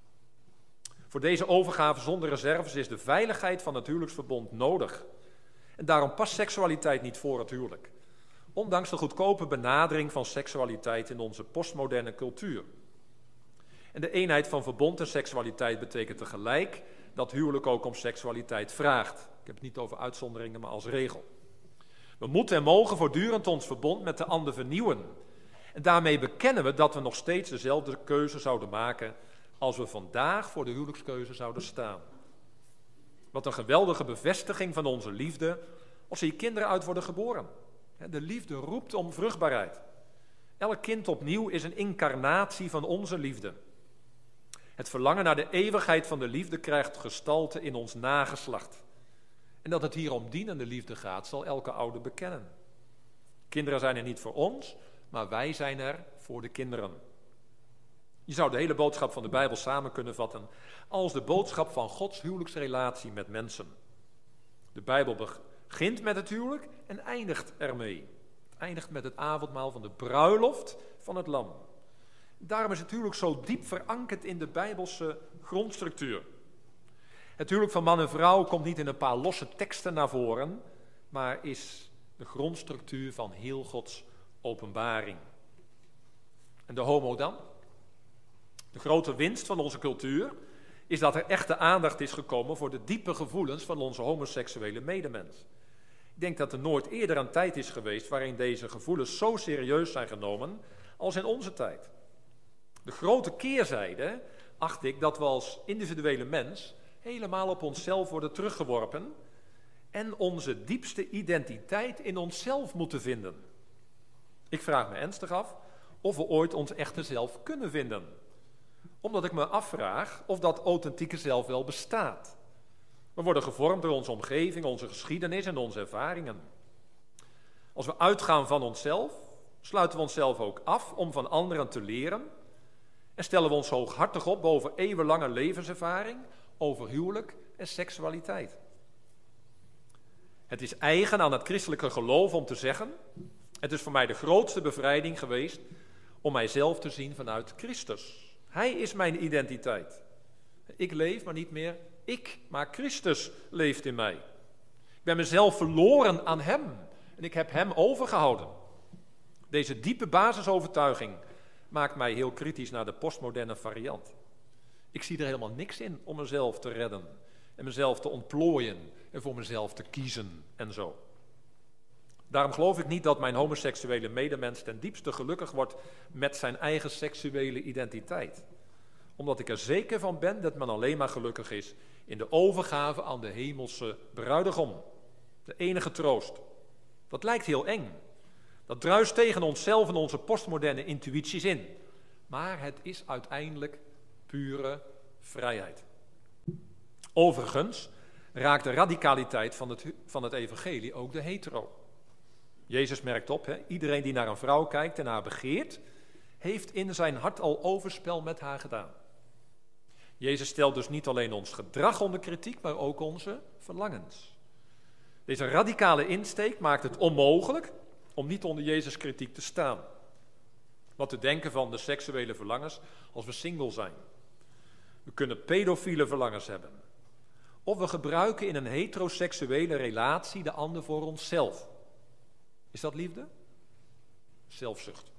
Voor deze overgave zonder reserves is de veiligheid van het huwelijksverbond nodig. En daarom past seksualiteit niet voor het huwelijk. Ondanks de goedkope benadering van seksualiteit in onze postmoderne cultuur. En de eenheid van verbond en seksualiteit betekent tegelijk dat huwelijk ook om seksualiteit vraagt. Ik heb het niet over uitzonderingen, maar als regel. We moeten en mogen voortdurend ons verbond met de ander vernieuwen. En daarmee bekennen we dat we nog steeds dezelfde keuze zouden maken als we vandaag voor de huwelijkskeuze zouden staan. Wat een geweldige bevestiging van onze liefde als hier kinderen uit worden geboren. De liefde roept om vruchtbaarheid. Elk kind opnieuw is een incarnatie van onze liefde. Het verlangen naar de eeuwigheid van de liefde krijgt gestalte in ons nageslacht. En dat het hier om dienende liefde gaat, zal elke ouder bekennen. Kinderen zijn er niet voor ons, maar wij zijn er voor de kinderen. Je zou de hele boodschap van de Bijbel samen kunnen vatten als de boodschap van Gods huwelijksrelatie met mensen. De Bijbel begint met het huwelijk en eindigt ermee. Het eindigt met het avondmaal van de bruiloft van het lam. Daarom is het huwelijk zo diep verankerd in de Bijbelse grondstructuur. Het huwelijk van man en vrouw komt niet in een paar losse teksten naar voren, maar is de grondstructuur van heel Gods openbaring. En de homo dan? De grote winst van onze cultuur is dat er echte aandacht is gekomen voor de diepe gevoelens van onze homoseksuele medemens. Ik denk dat er nooit eerder een tijd is geweest waarin deze gevoelens zo serieus zijn genomen als in onze tijd. De grote keerzijde acht ik dat we als individuele mens helemaal op onszelf worden teruggeworpen en onze diepste identiteit in onszelf moeten vinden. Ik vraag me ernstig af of we ooit ons echte zelf kunnen vinden. Omdat ik me afvraag of dat authentieke zelf wel bestaat. We worden gevormd door onze omgeving, onze geschiedenis en onze ervaringen. Als we uitgaan van onszelf, sluiten we onszelf ook af om van anderen te leren en stellen we ons hooghartig op boven eeuwenlange levenservaring, over huwelijk en seksualiteit. Het is eigen aan het christelijke geloof om te zeggen: het is voor mij de grootste bevrijding geweest om mijzelf te zien vanuit Christus. Hij is mijn identiteit. Ik leef, maar niet meer ik, maar Christus leeft in mij. Ik ben mezelf verloren aan Hem en ik heb Hem overgehouden. Deze diepe basisovertuiging maakt mij heel kritisch naar de postmoderne variant. Ik zie er helemaal niks in om mezelf te redden en mezelf te ontplooien en voor mezelf te kiezen en zo. Daarom geloof ik niet dat mijn homoseksuele medemens ten diepste gelukkig wordt met zijn eigen seksuele identiteit. Omdat ik er zeker van ben dat men alleen maar gelukkig is in de overgave aan de hemelse bruidegom. De enige troost. Dat lijkt heel eng. Dat druist tegen onszelf en onze postmoderne intuïties in. Maar het is uiteindelijk pure vrijheid. Overigens raakt de radicaliteit van het evangelie ook de hetero. Jezus merkt op, iedereen die naar een vrouw kijkt en haar begeert, heeft in zijn hart al overspel met haar gedaan. Jezus stelt dus niet alleen ons gedrag onder kritiek, maar ook onze verlangens. Deze radicale insteek maakt het onmogelijk om niet onder Jezus' kritiek te staan. Wat te denken van de seksuele verlangens als we single zijn. We kunnen pedofiele verlangens hebben. Of we gebruiken in een heteroseksuele relatie de ander voor onszelf. Is dat liefde? Zelfzucht.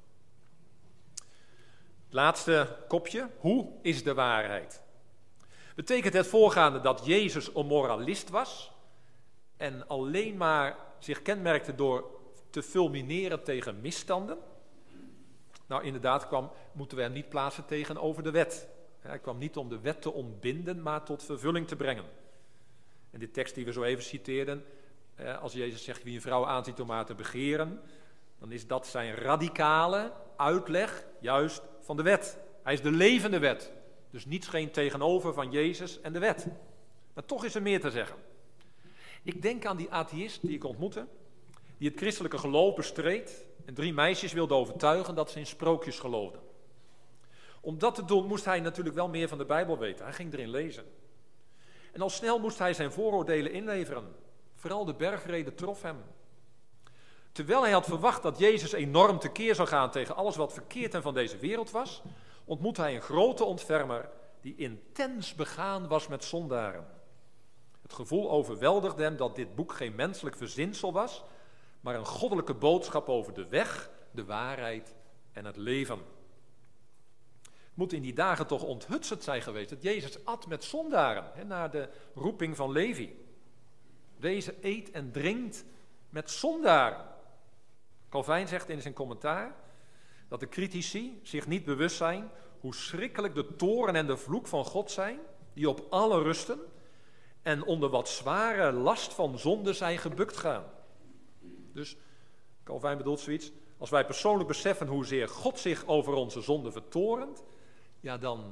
Het laatste kopje. Hoe is de waarheid? Betekent het voorgaande dat Jezus een moralist was en alleen maar zich kenmerkte door te fulmineren tegen misstanden? Nou, inderdaad moeten we hem niet plaatsen tegenover de wet. Hij kwam niet om de wet te ontbinden, maar tot vervulling te brengen. En die tekst die we zo even citeerden, als Jezus zegt wie een vrouw aanziet om haar te begeren, dan is dat zijn radicale uitleg juist van de wet. Hij is de levende wet. Dus niets geen tegenover van Jezus en de wet. Maar toch is er meer te zeggen. Ik denk aan die atheïst die ik ontmoette, die het christelijke geloof bestreed en 3 meisjes wilde overtuigen dat ze in sprookjes geloofden. Om dat te doen moest hij natuurlijk wel meer van de Bijbel weten. Hij ging erin lezen. En al snel moest hij zijn vooroordelen inleveren. Vooral de bergrede trof hem. Terwijl hij had verwacht dat Jezus enorm tekeer zou gaan tegen alles wat verkeerd en van deze wereld was, ontmoette hij een grote ontfermer die intens begaan was met zondaren. Het gevoel overweldigde hem dat dit boek geen menselijk verzinsel was, maar een goddelijke boodschap over de weg, de waarheid en het leven. Het moet in die dagen toch onthutsend zijn geweest dat Jezus at met zondaren, naar de roeping van Levi. Deze eet en drinkt met zondaren. Calvijn zegt in zijn commentaar dat de critici zich niet bewust zijn hoe schrikkelijk de toorn en de vloek van God zijn, die op alle rusten en onder wat zware last van zonde zij gebukt gaan. Dus Calvijn bedoelt zoiets, als wij persoonlijk beseffen hoezeer God zich over onze zonde vertorent, ja, dan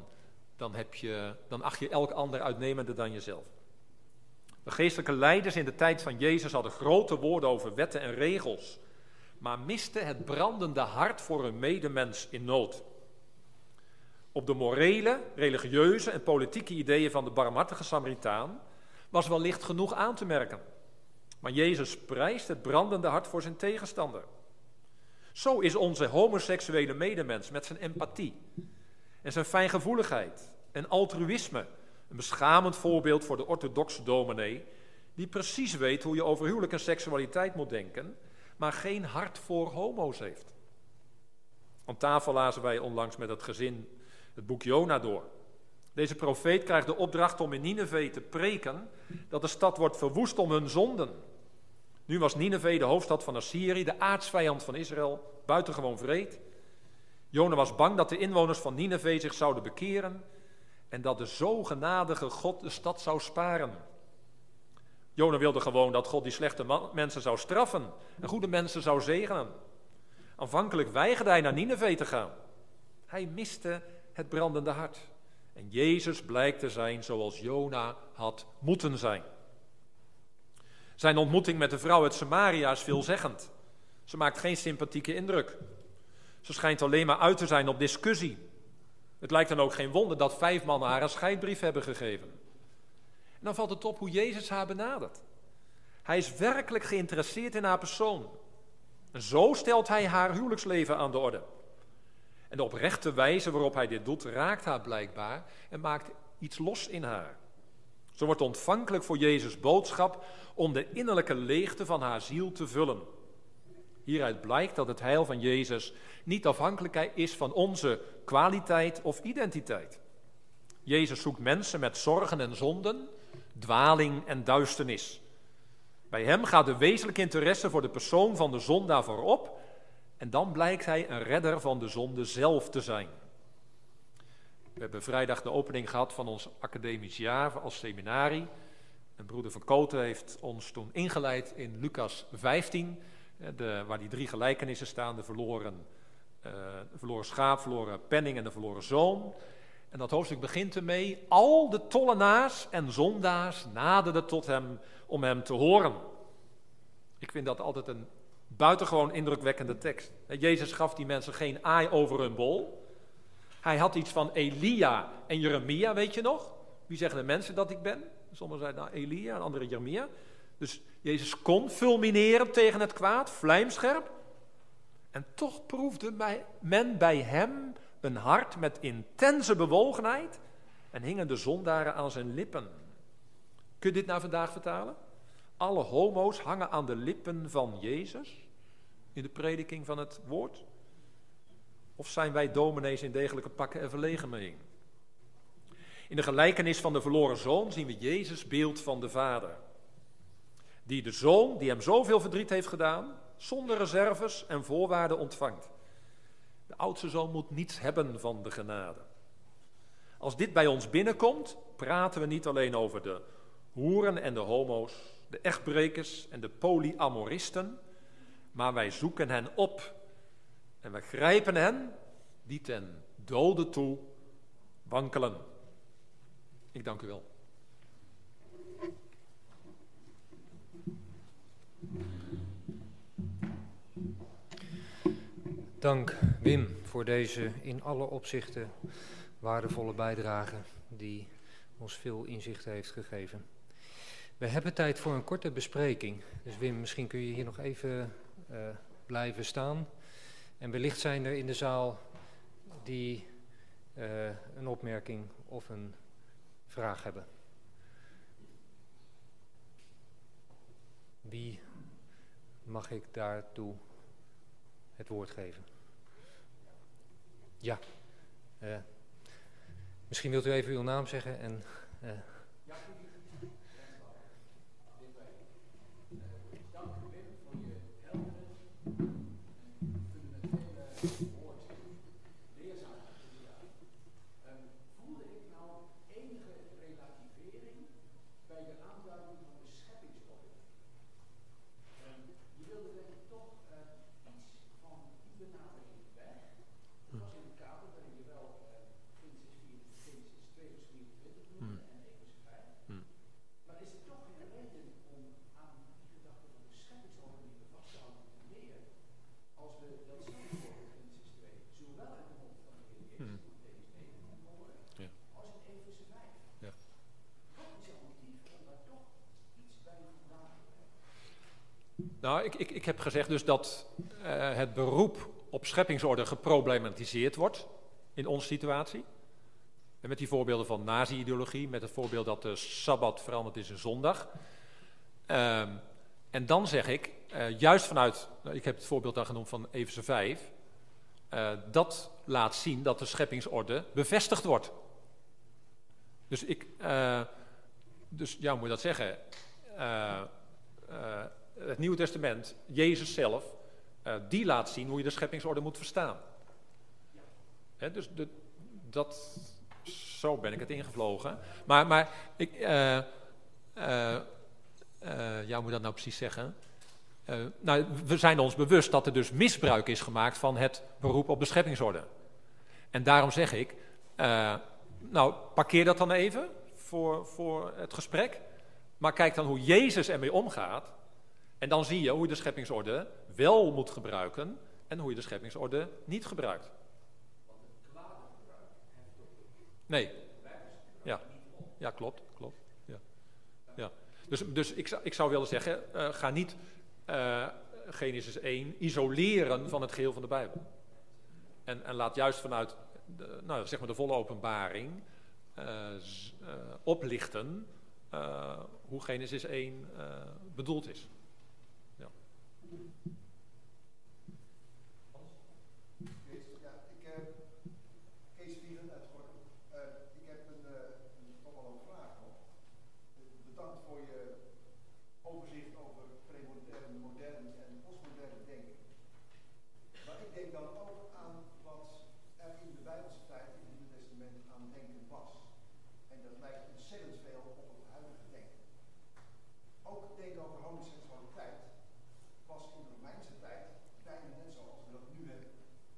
acht je elk ander uitnemender dan jezelf. De geestelijke leiders in de tijd van Jezus hadden grote woorden over wetten en regels, maar misten het brandende hart voor hun medemens in nood. Op de morele, religieuze en politieke ideeën van de barmhartige Samaritaan was wellicht genoeg aan te merken. Maar Jezus prijst het brandende hart voor zijn tegenstander. Zo is onze homoseksuele medemens met zijn empathie en zijn fijngevoeligheid en altruïsme een beschamend voorbeeld voor de orthodoxe dominee, die precies weet hoe je over huwelijk en seksualiteit moet denken, maar geen hart voor homo's heeft. Aan tafel lazen wij onlangs met het gezin het boek Jona door. Deze profeet krijgt de opdracht om in Nineve te preken dat de stad wordt verwoest om hun zonden. Nu was Nineve de hoofdstad van Assyrië, de aartsvijand van Israël, buitengewoon wreed. Jona was bang dat de inwoners van Nineve zich zouden bekeren en dat de zo genadige God de stad zou sparen. Jona wilde gewoon dat God die slechte mensen zou straffen en goede mensen zou zegenen. Aanvankelijk weigerde hij naar Nineve te gaan. Hij miste het brandende hart. En Jezus blijkt te zijn zoals Jona had moeten zijn. Zijn ontmoeting met de vrouw uit Samaria is veelzeggend. Ze maakt geen sympathieke indruk. Ze schijnt alleen maar uit te zijn op discussie. Het lijkt dan ook geen wonder dat 5 mannen haar een scheidbrief hebben gegeven. En dan valt het op hoe Jezus haar benadert. Hij is werkelijk geïnteresseerd in haar persoon. En zo stelt hij haar huwelijksleven aan de orde. En de oprechte wijze waarop hij dit doet, raakt haar blijkbaar en maakt iets los in haar. Ze wordt ontvankelijk voor Jezus' boodschap om de innerlijke leegte van haar ziel te vullen. Hieruit blijkt dat het heil van Jezus niet afhankelijk is van onze kwaliteit of identiteit. Jezus zoekt mensen met zorgen en zonden, dwaling en duisternis. Bij hem gaat de wezenlijke interesse voor de persoon van de zondaar voorop en dan blijkt hij een redder van de zonde zelf te zijn. We hebben vrijdag de opening gehad van ons academisch jaar als seminarie. En broeder Van Koten heeft ons toen ingeleid in Lucas 15, waar die 3 gelijkenissen staan, de verloren schaap, verloren penning en de verloren zoon. En dat hoofdstuk begint ermee: al de tollenaars en zondaars naderden tot hem om hem te horen. Ik vind dat altijd een buitengewoon indrukwekkende tekst. Jezus gaf die mensen geen aai over hun bol. Hij had iets van Elia en Jeremia, weet je nog? Wie zeggen de mensen dat ik ben? Sommigen zeiden nou Elia, en anderen Jeremia. Dus Jezus kon fulmineren tegen het kwaad, vlijmscherp. En toch proefde men bij hem een hart met intense bewogenheid en hingen de zondaren aan zijn lippen. Kun je dit naar vandaag vertalen? Alle homo's hangen aan de lippen van Jezus in de prediking van het woord? Of zijn wij dominees in degelijke pakken en verlegen mee? In de gelijkenis van de verloren zoon zien we Jezus beeld van de vader. Die de zoon, die hem zoveel verdriet heeft gedaan, zonder reserves en voorwaarden ontvangt. De oudste zoon moet niets hebben van de genade. Als dit bij ons binnenkomt, praten we niet alleen over de hoeren en de homo's, de echtbrekers en de polyamoristen, maar wij zoeken hen op en we grijpen hen die ten dode toe wankelen. Ik dank u wel. Dank Wim voor deze in alle opzichten waardevolle bijdrage die ons veel inzicht heeft gegeven. We hebben tijd voor een korte bespreking. Dus Wim, misschien kun je hier nog even blijven staan. En wellicht zijn er in de zaal die een opmerking of een vraag hebben. Wie mag ik daartoe het woord geven? Ja. Misschien wilt u even uw naam zeggen en... Dank u Wim voor je heldere fundamentele woord. Leerzaam. Voelde ik nou enige relativering bij de aanduiding van de scheppingsorde? Je wilde denk ik toch iets van die benadering weg. Het was in het kader waarin je wel Genesis 2 vers 24 noemde en Exodus ik heb gezegd dus dat het beroep op scheppingsorde geproblematiseerd wordt in onze situatie. En met die voorbeelden van nazi-ideologie, met het voorbeeld dat de Sabbat veranderd is in zondag. En dan zeg ik, juist vanuit, ik heb het voorbeeld dan genoemd van Efeze 5, dat laat zien dat de scheppingsorde bevestigd wordt. Dus hoe moet je dat zeggen? Het Nieuwe Testament, Jezus zelf, die laat zien hoe je de scheppingsorde moet verstaan. Hè, dus zo ben ik het ingevlogen. Maar ik, hoe moet ik dat nou precies zeggen? We zijn ons bewust dat er dus misbruik is gemaakt van het beroep op de scheppingsorde. En daarom zeg ik, parkeer dat dan even voor het gesprek. Maar kijk dan hoe Jezus ermee omgaat. En dan zie je hoe je de scheppingsorde wel moet gebruiken en hoe je de scheppingsorde niet gebruikt. Nee. Ja, klopt. Ja. Dus ik zou willen zeggen, ga niet Genesis 1 isoleren van het geheel van de Bijbel. En laat juist vanuit de volle openbaring oplichten hoe Genesis 1 bedoeld is. Ja. Kees Vieren uit Gorkum. Ik heb toch wel een vraag nog. Bedankt voor je overzicht over premoderne, moderne en postmoderne denken. Maar ik denk dan ook aan wat er in de Bijbelse tijd, in het Nieuwe Testament, aan denken was. En dat lijkt ontzettend veel op het huidige denken. Ook denken over homoseksualiteit was in de Romeinse tijd bijna net zoals we dat nu hebben.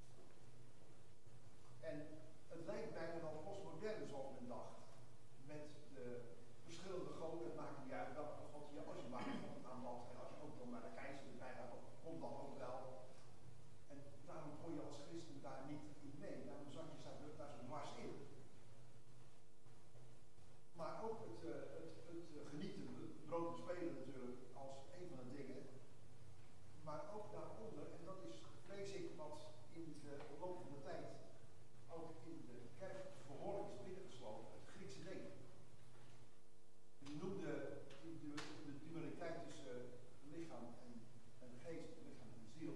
En het lijkt bijna wel postmodern zoals men dacht. Met de verschillende goden, het maakt niet uit welke god je, als je maar een god aanbad en als je ook nog maar de keizer erbij had, kon dat ook wel. En daarom kon je als christen daar niet in mee. Daarom zat je daar zo dwars in. Maar ook het genieten, brood en spelen natuurlijk als een van de dingen. Maar ook daaronder, en dat is vrees ik wat in de loop van de tijd ook in de kerk behoorlijk is binnengeslopen, het Griekse denken. Je noemde de dualiteit tussen lichaam en geest, lichaam en ziel.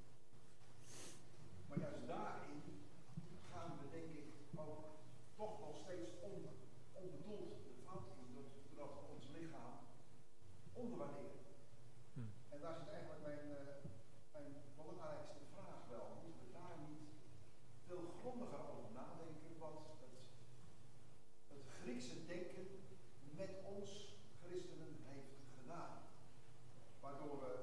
Maar juist daarin gaan we denk ik ook toch nog steeds onbedoeld de fout in, doordat we ons lichaam onderwaarderen. En daar zit eigenlijk mijn belangrijkste vraag wel. Moeten we daar niet veel grondiger over nadenken wat het Griekse denken met ons christenen heeft gedaan? Waardoor we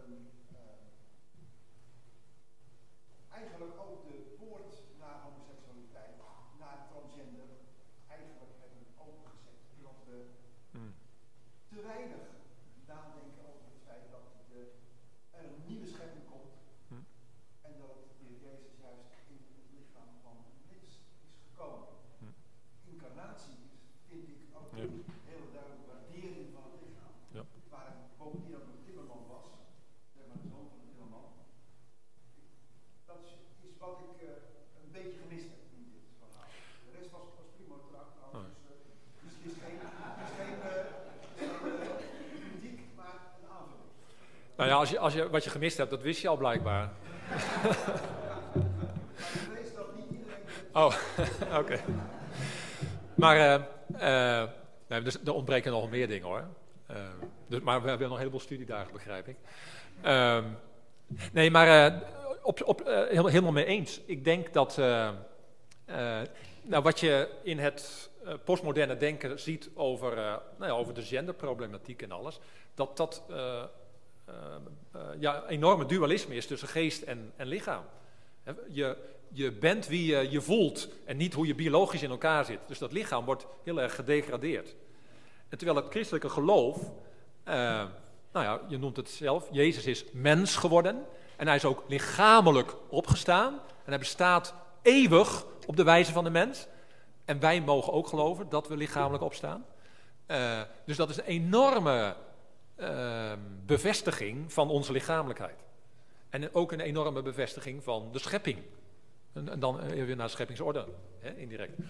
eigenlijk ook de poort naar homoseksualiteit, naar transgender, eigenlijk hebben opengezet. Dat we te weinig nadenken over het feit dat er een nieuwe schepping komt. En dat de Heer Jezus juist in het lichaam van een mens is gekomen. Incarnatie is, vind ik, ook een hele duidelijke waardering van het lichaam. Ja. Waar hij bovendien ook een timmerman was, zeg maar de zoon van de timmerman. Dat is wat ik een beetje gemist heb in dit verhaal. De rest was prima trouwens. Dus het is geen kritiek, maar een aanvulling. Nou ja, wat je gemist hebt, dat wist je al blijkbaar. Maar ik vrees dat niet iedereen... Oh, oké. Maar er ontbreken nog meer dingen hoor. Maar we hebben nog een heleboel studiedagen, begrijp ik. Helemaal mee eens. Ik denk dat wat je in het postmoderne denken ziet over de genderproblematiek en alles, dat enorme dualisme is tussen geest en lichaam. Je bent wie je voelt en niet hoe je biologisch in elkaar zit. Dus dat lichaam wordt heel erg gedegradeerd. En terwijl het christelijke geloof, je noemt het zelf, Jezus is mens geworden en hij is ook lichamelijk opgestaan en hij bestaat eeuwig op de wijze van de mens. En wij mogen ook geloven dat we lichamelijk opstaan. Dus dat is een enorme bevestiging van onze lichamelijkheid. En ook een enorme bevestiging van de schepping. En dan weer naar scheppingsorde, indirect.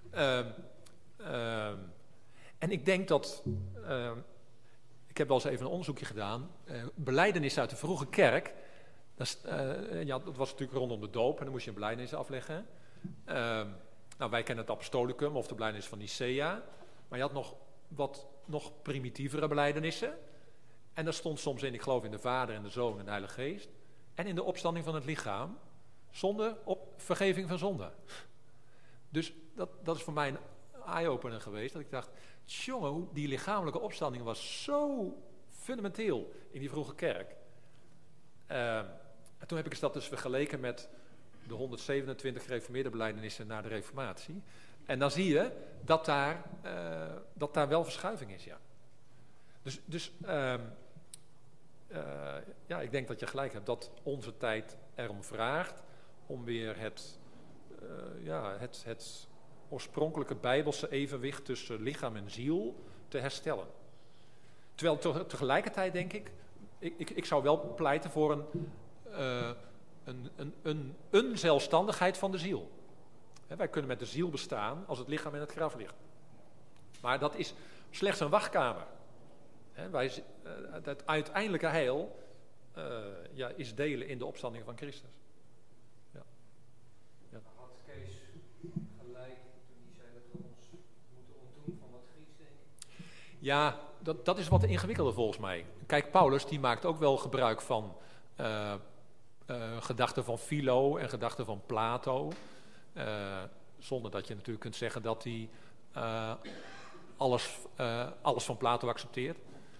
En ik denk dat... ik heb wel eens even een onderzoekje gedaan. Belijdenis uit de vroege kerk... dat was natuurlijk rondom de doop en dan moest je een belijdenis afleggen. Wij kennen het apostolicum of de belijdenis van Nicea. Maar je had nog primitievere belijdenissen. En daar stond soms in, ik geloof in de Vader en de Zoon en de Heilige Geest. En in de opstanding van het lichaam, zonder vergeving van zonde. Dus dat is voor mij een eye-opener geweest. Dat ik dacht, jongen, die lichamelijke opstanding was zo fundamenteel in die vroege kerk. En toen heb ik dat dus vergeleken met de 127 gereformeerde belijdenissen na de Reformatie. En dan zie je dat daar wel verschuiving is, ja. Dus ik denk dat je gelijk hebt dat onze tijd erom vraagt om weer het oorspronkelijke bijbelse evenwicht tussen lichaam en ziel te herstellen. Terwijl tegelijkertijd denk ik zou wel pleiten voor een zelfstandigheid van de ziel. Wij kunnen met de ziel bestaan als het lichaam in het graf ligt. Maar dat is slechts een wachtkamer. Het uiteindelijke heil is delen in de opstanding van Christus. Ja. Had Kees gelijk toen hij zei dat we ons moeten ontdoen van wat Grieks denken? Ja, dat is wat ingewikkelder volgens mij. Kijk, Paulus die maakt ook wel gebruik van gedachten van Philo en gedachten van Plato. Zonder dat je natuurlijk kunt zeggen dat hij alles van Plato accepteert.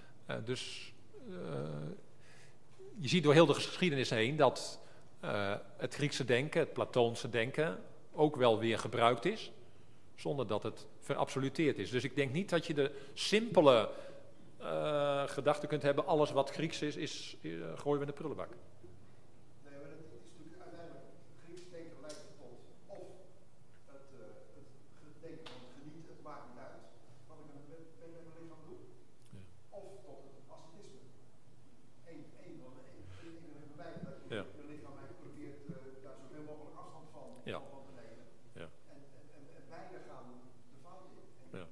Je ziet door heel de geschiedenis heen dat het Griekse denken, het Platoonse denken, ook wel weer gebruikt is, zonder dat het verabsoluteerd is. Dus ik denk niet dat je de simpele gedachte kunt hebben, alles wat Grieks is gooien we in de prullenbak. Nee, maar het is natuurlijk uiteindelijk, Grieks denken leidt tot of het denken van het genieten, het maakt niet uit wat ik met mijn lichaam doe, ja. Of tot het ascetisme. Eén van beide, dat je je lichaam eigenlijk probeert daar zoveel mogelijk afstand van te nemen. Ja. En beide gaan de fout in.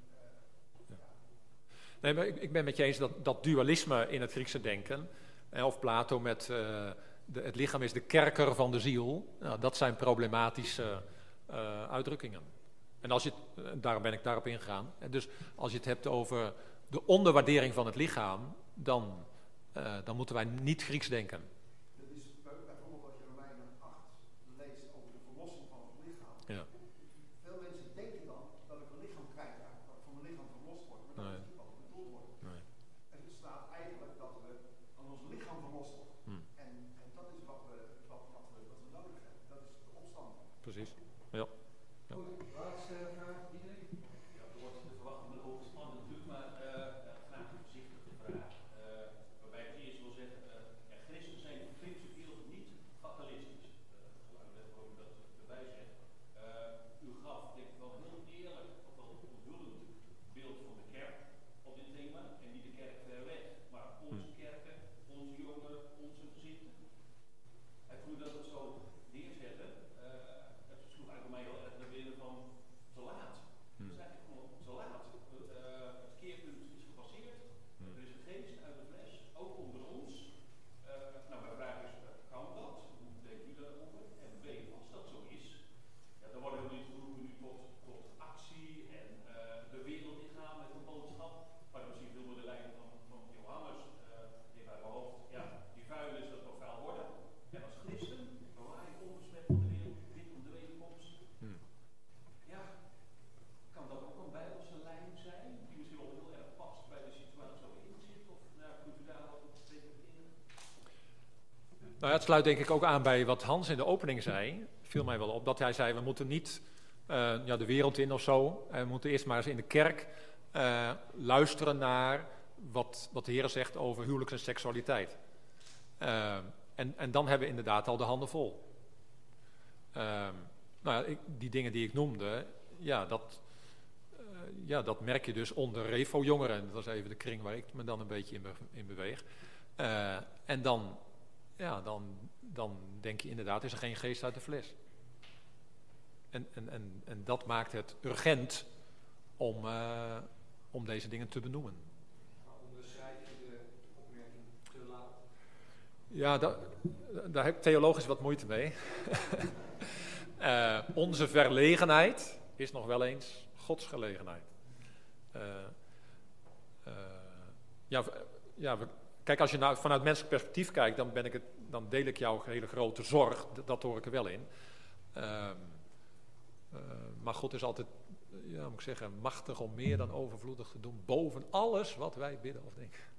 Nee, maar ik ben met je eens dat dualisme in het Griekse denken, of Plato met het lichaam is de kerker van de ziel, dat zijn problematische uitdrukkingen. En daarom ben ik daarop ingegaan. En dus als je het hebt over de onderwaardering van het lichaam, dan moeten wij niet Grieks denken. Dat is bijvoorbeeld als je Romeinen 8 leest over de verlossing van het lichaam. Ja. Veel mensen denken dan dat ik een lichaam kwijtraak, dat ik van mijn lichaam verlost word, maar dat is niet wat er bedoeld wordt. Nee. En het staat eigenlijk dat we aan ons lichaam verlost worden. En dat is wat we nodig hebben. Dat is de opstanding. Precies. Ja. Goed, laatste vraag, iedereen? Ja, er wordt de verwachting met overspannen natuurlijk, maar graag een voorzichtige vraag. Waarbij ik eerst wil zeggen, christenen zijn principieel niet fatalistisch. Geluid ook dat erbij zegt. U gaf denk ik wel heel eerlijk, of wel onthulend beeld van de kerk op dit thema. En niet de kerk ver weg, maar onze kerken, onze jongeren, onze gezinnen. En toen dat het zo neerzetten, dat sloeg eigenlijk bij mij heel erg naar binnen van te laat. Het is eigenlijk gewoon te laat. Het keerpunt is gepasseerd. Er is een geest uit de fles, ook onder ons. Mijn vraag is, kan dat? Hoe denkt u daarover? En B, als dat zo is, dan worden we niet geroepen nu tot actie en de wereld ingaan met een boodschap. Maar dan misschien veel meer de lijn van Johannes in mijn hoofd. Ja, die vuilnis dat nog vuil worden. En als christen bewaar je onbesmet van de wereld, dit om de wederkomst. Ja, kan dat ook een bijbelse lijn zijn, die misschien wel heel erg past bij de situatie waarin je zit? Of kunt u daar wat op in? Nou ja, het sluit denk ik ook aan bij wat Hans in de opening zei. Viel mij wel op dat hij zei, we moeten niet de wereld in of zo. We moeten eerst maar eens in de kerk luisteren naar wat de Heer zegt over huwelijks en seksualiteit. En dan hebben we inderdaad al de handen vol. Die dingen die ik noemde, ja, dat merk je dus onder Refo-jongeren. Dat is even de kring waar ik me dan een beetje in beweeg. En dan denk je inderdaad, is er geen geest uit de fles. En dat maakt het urgent om deze dingen te benoemen. Onderschrijf je de opmerking te laat? Ja, daar heb ik theologisch wat moeite mee. Onze verlegenheid is nog wel eens Gods gelegenheid. Kijk, als je nou vanuit menselijk perspectief kijkt, dan deel ik jouw hele grote zorg. Dat hoor ik er wel in. Maar God is altijd, moet ik zeggen, machtig om meer dan overvloedig te doen boven alles wat wij bidden of denken.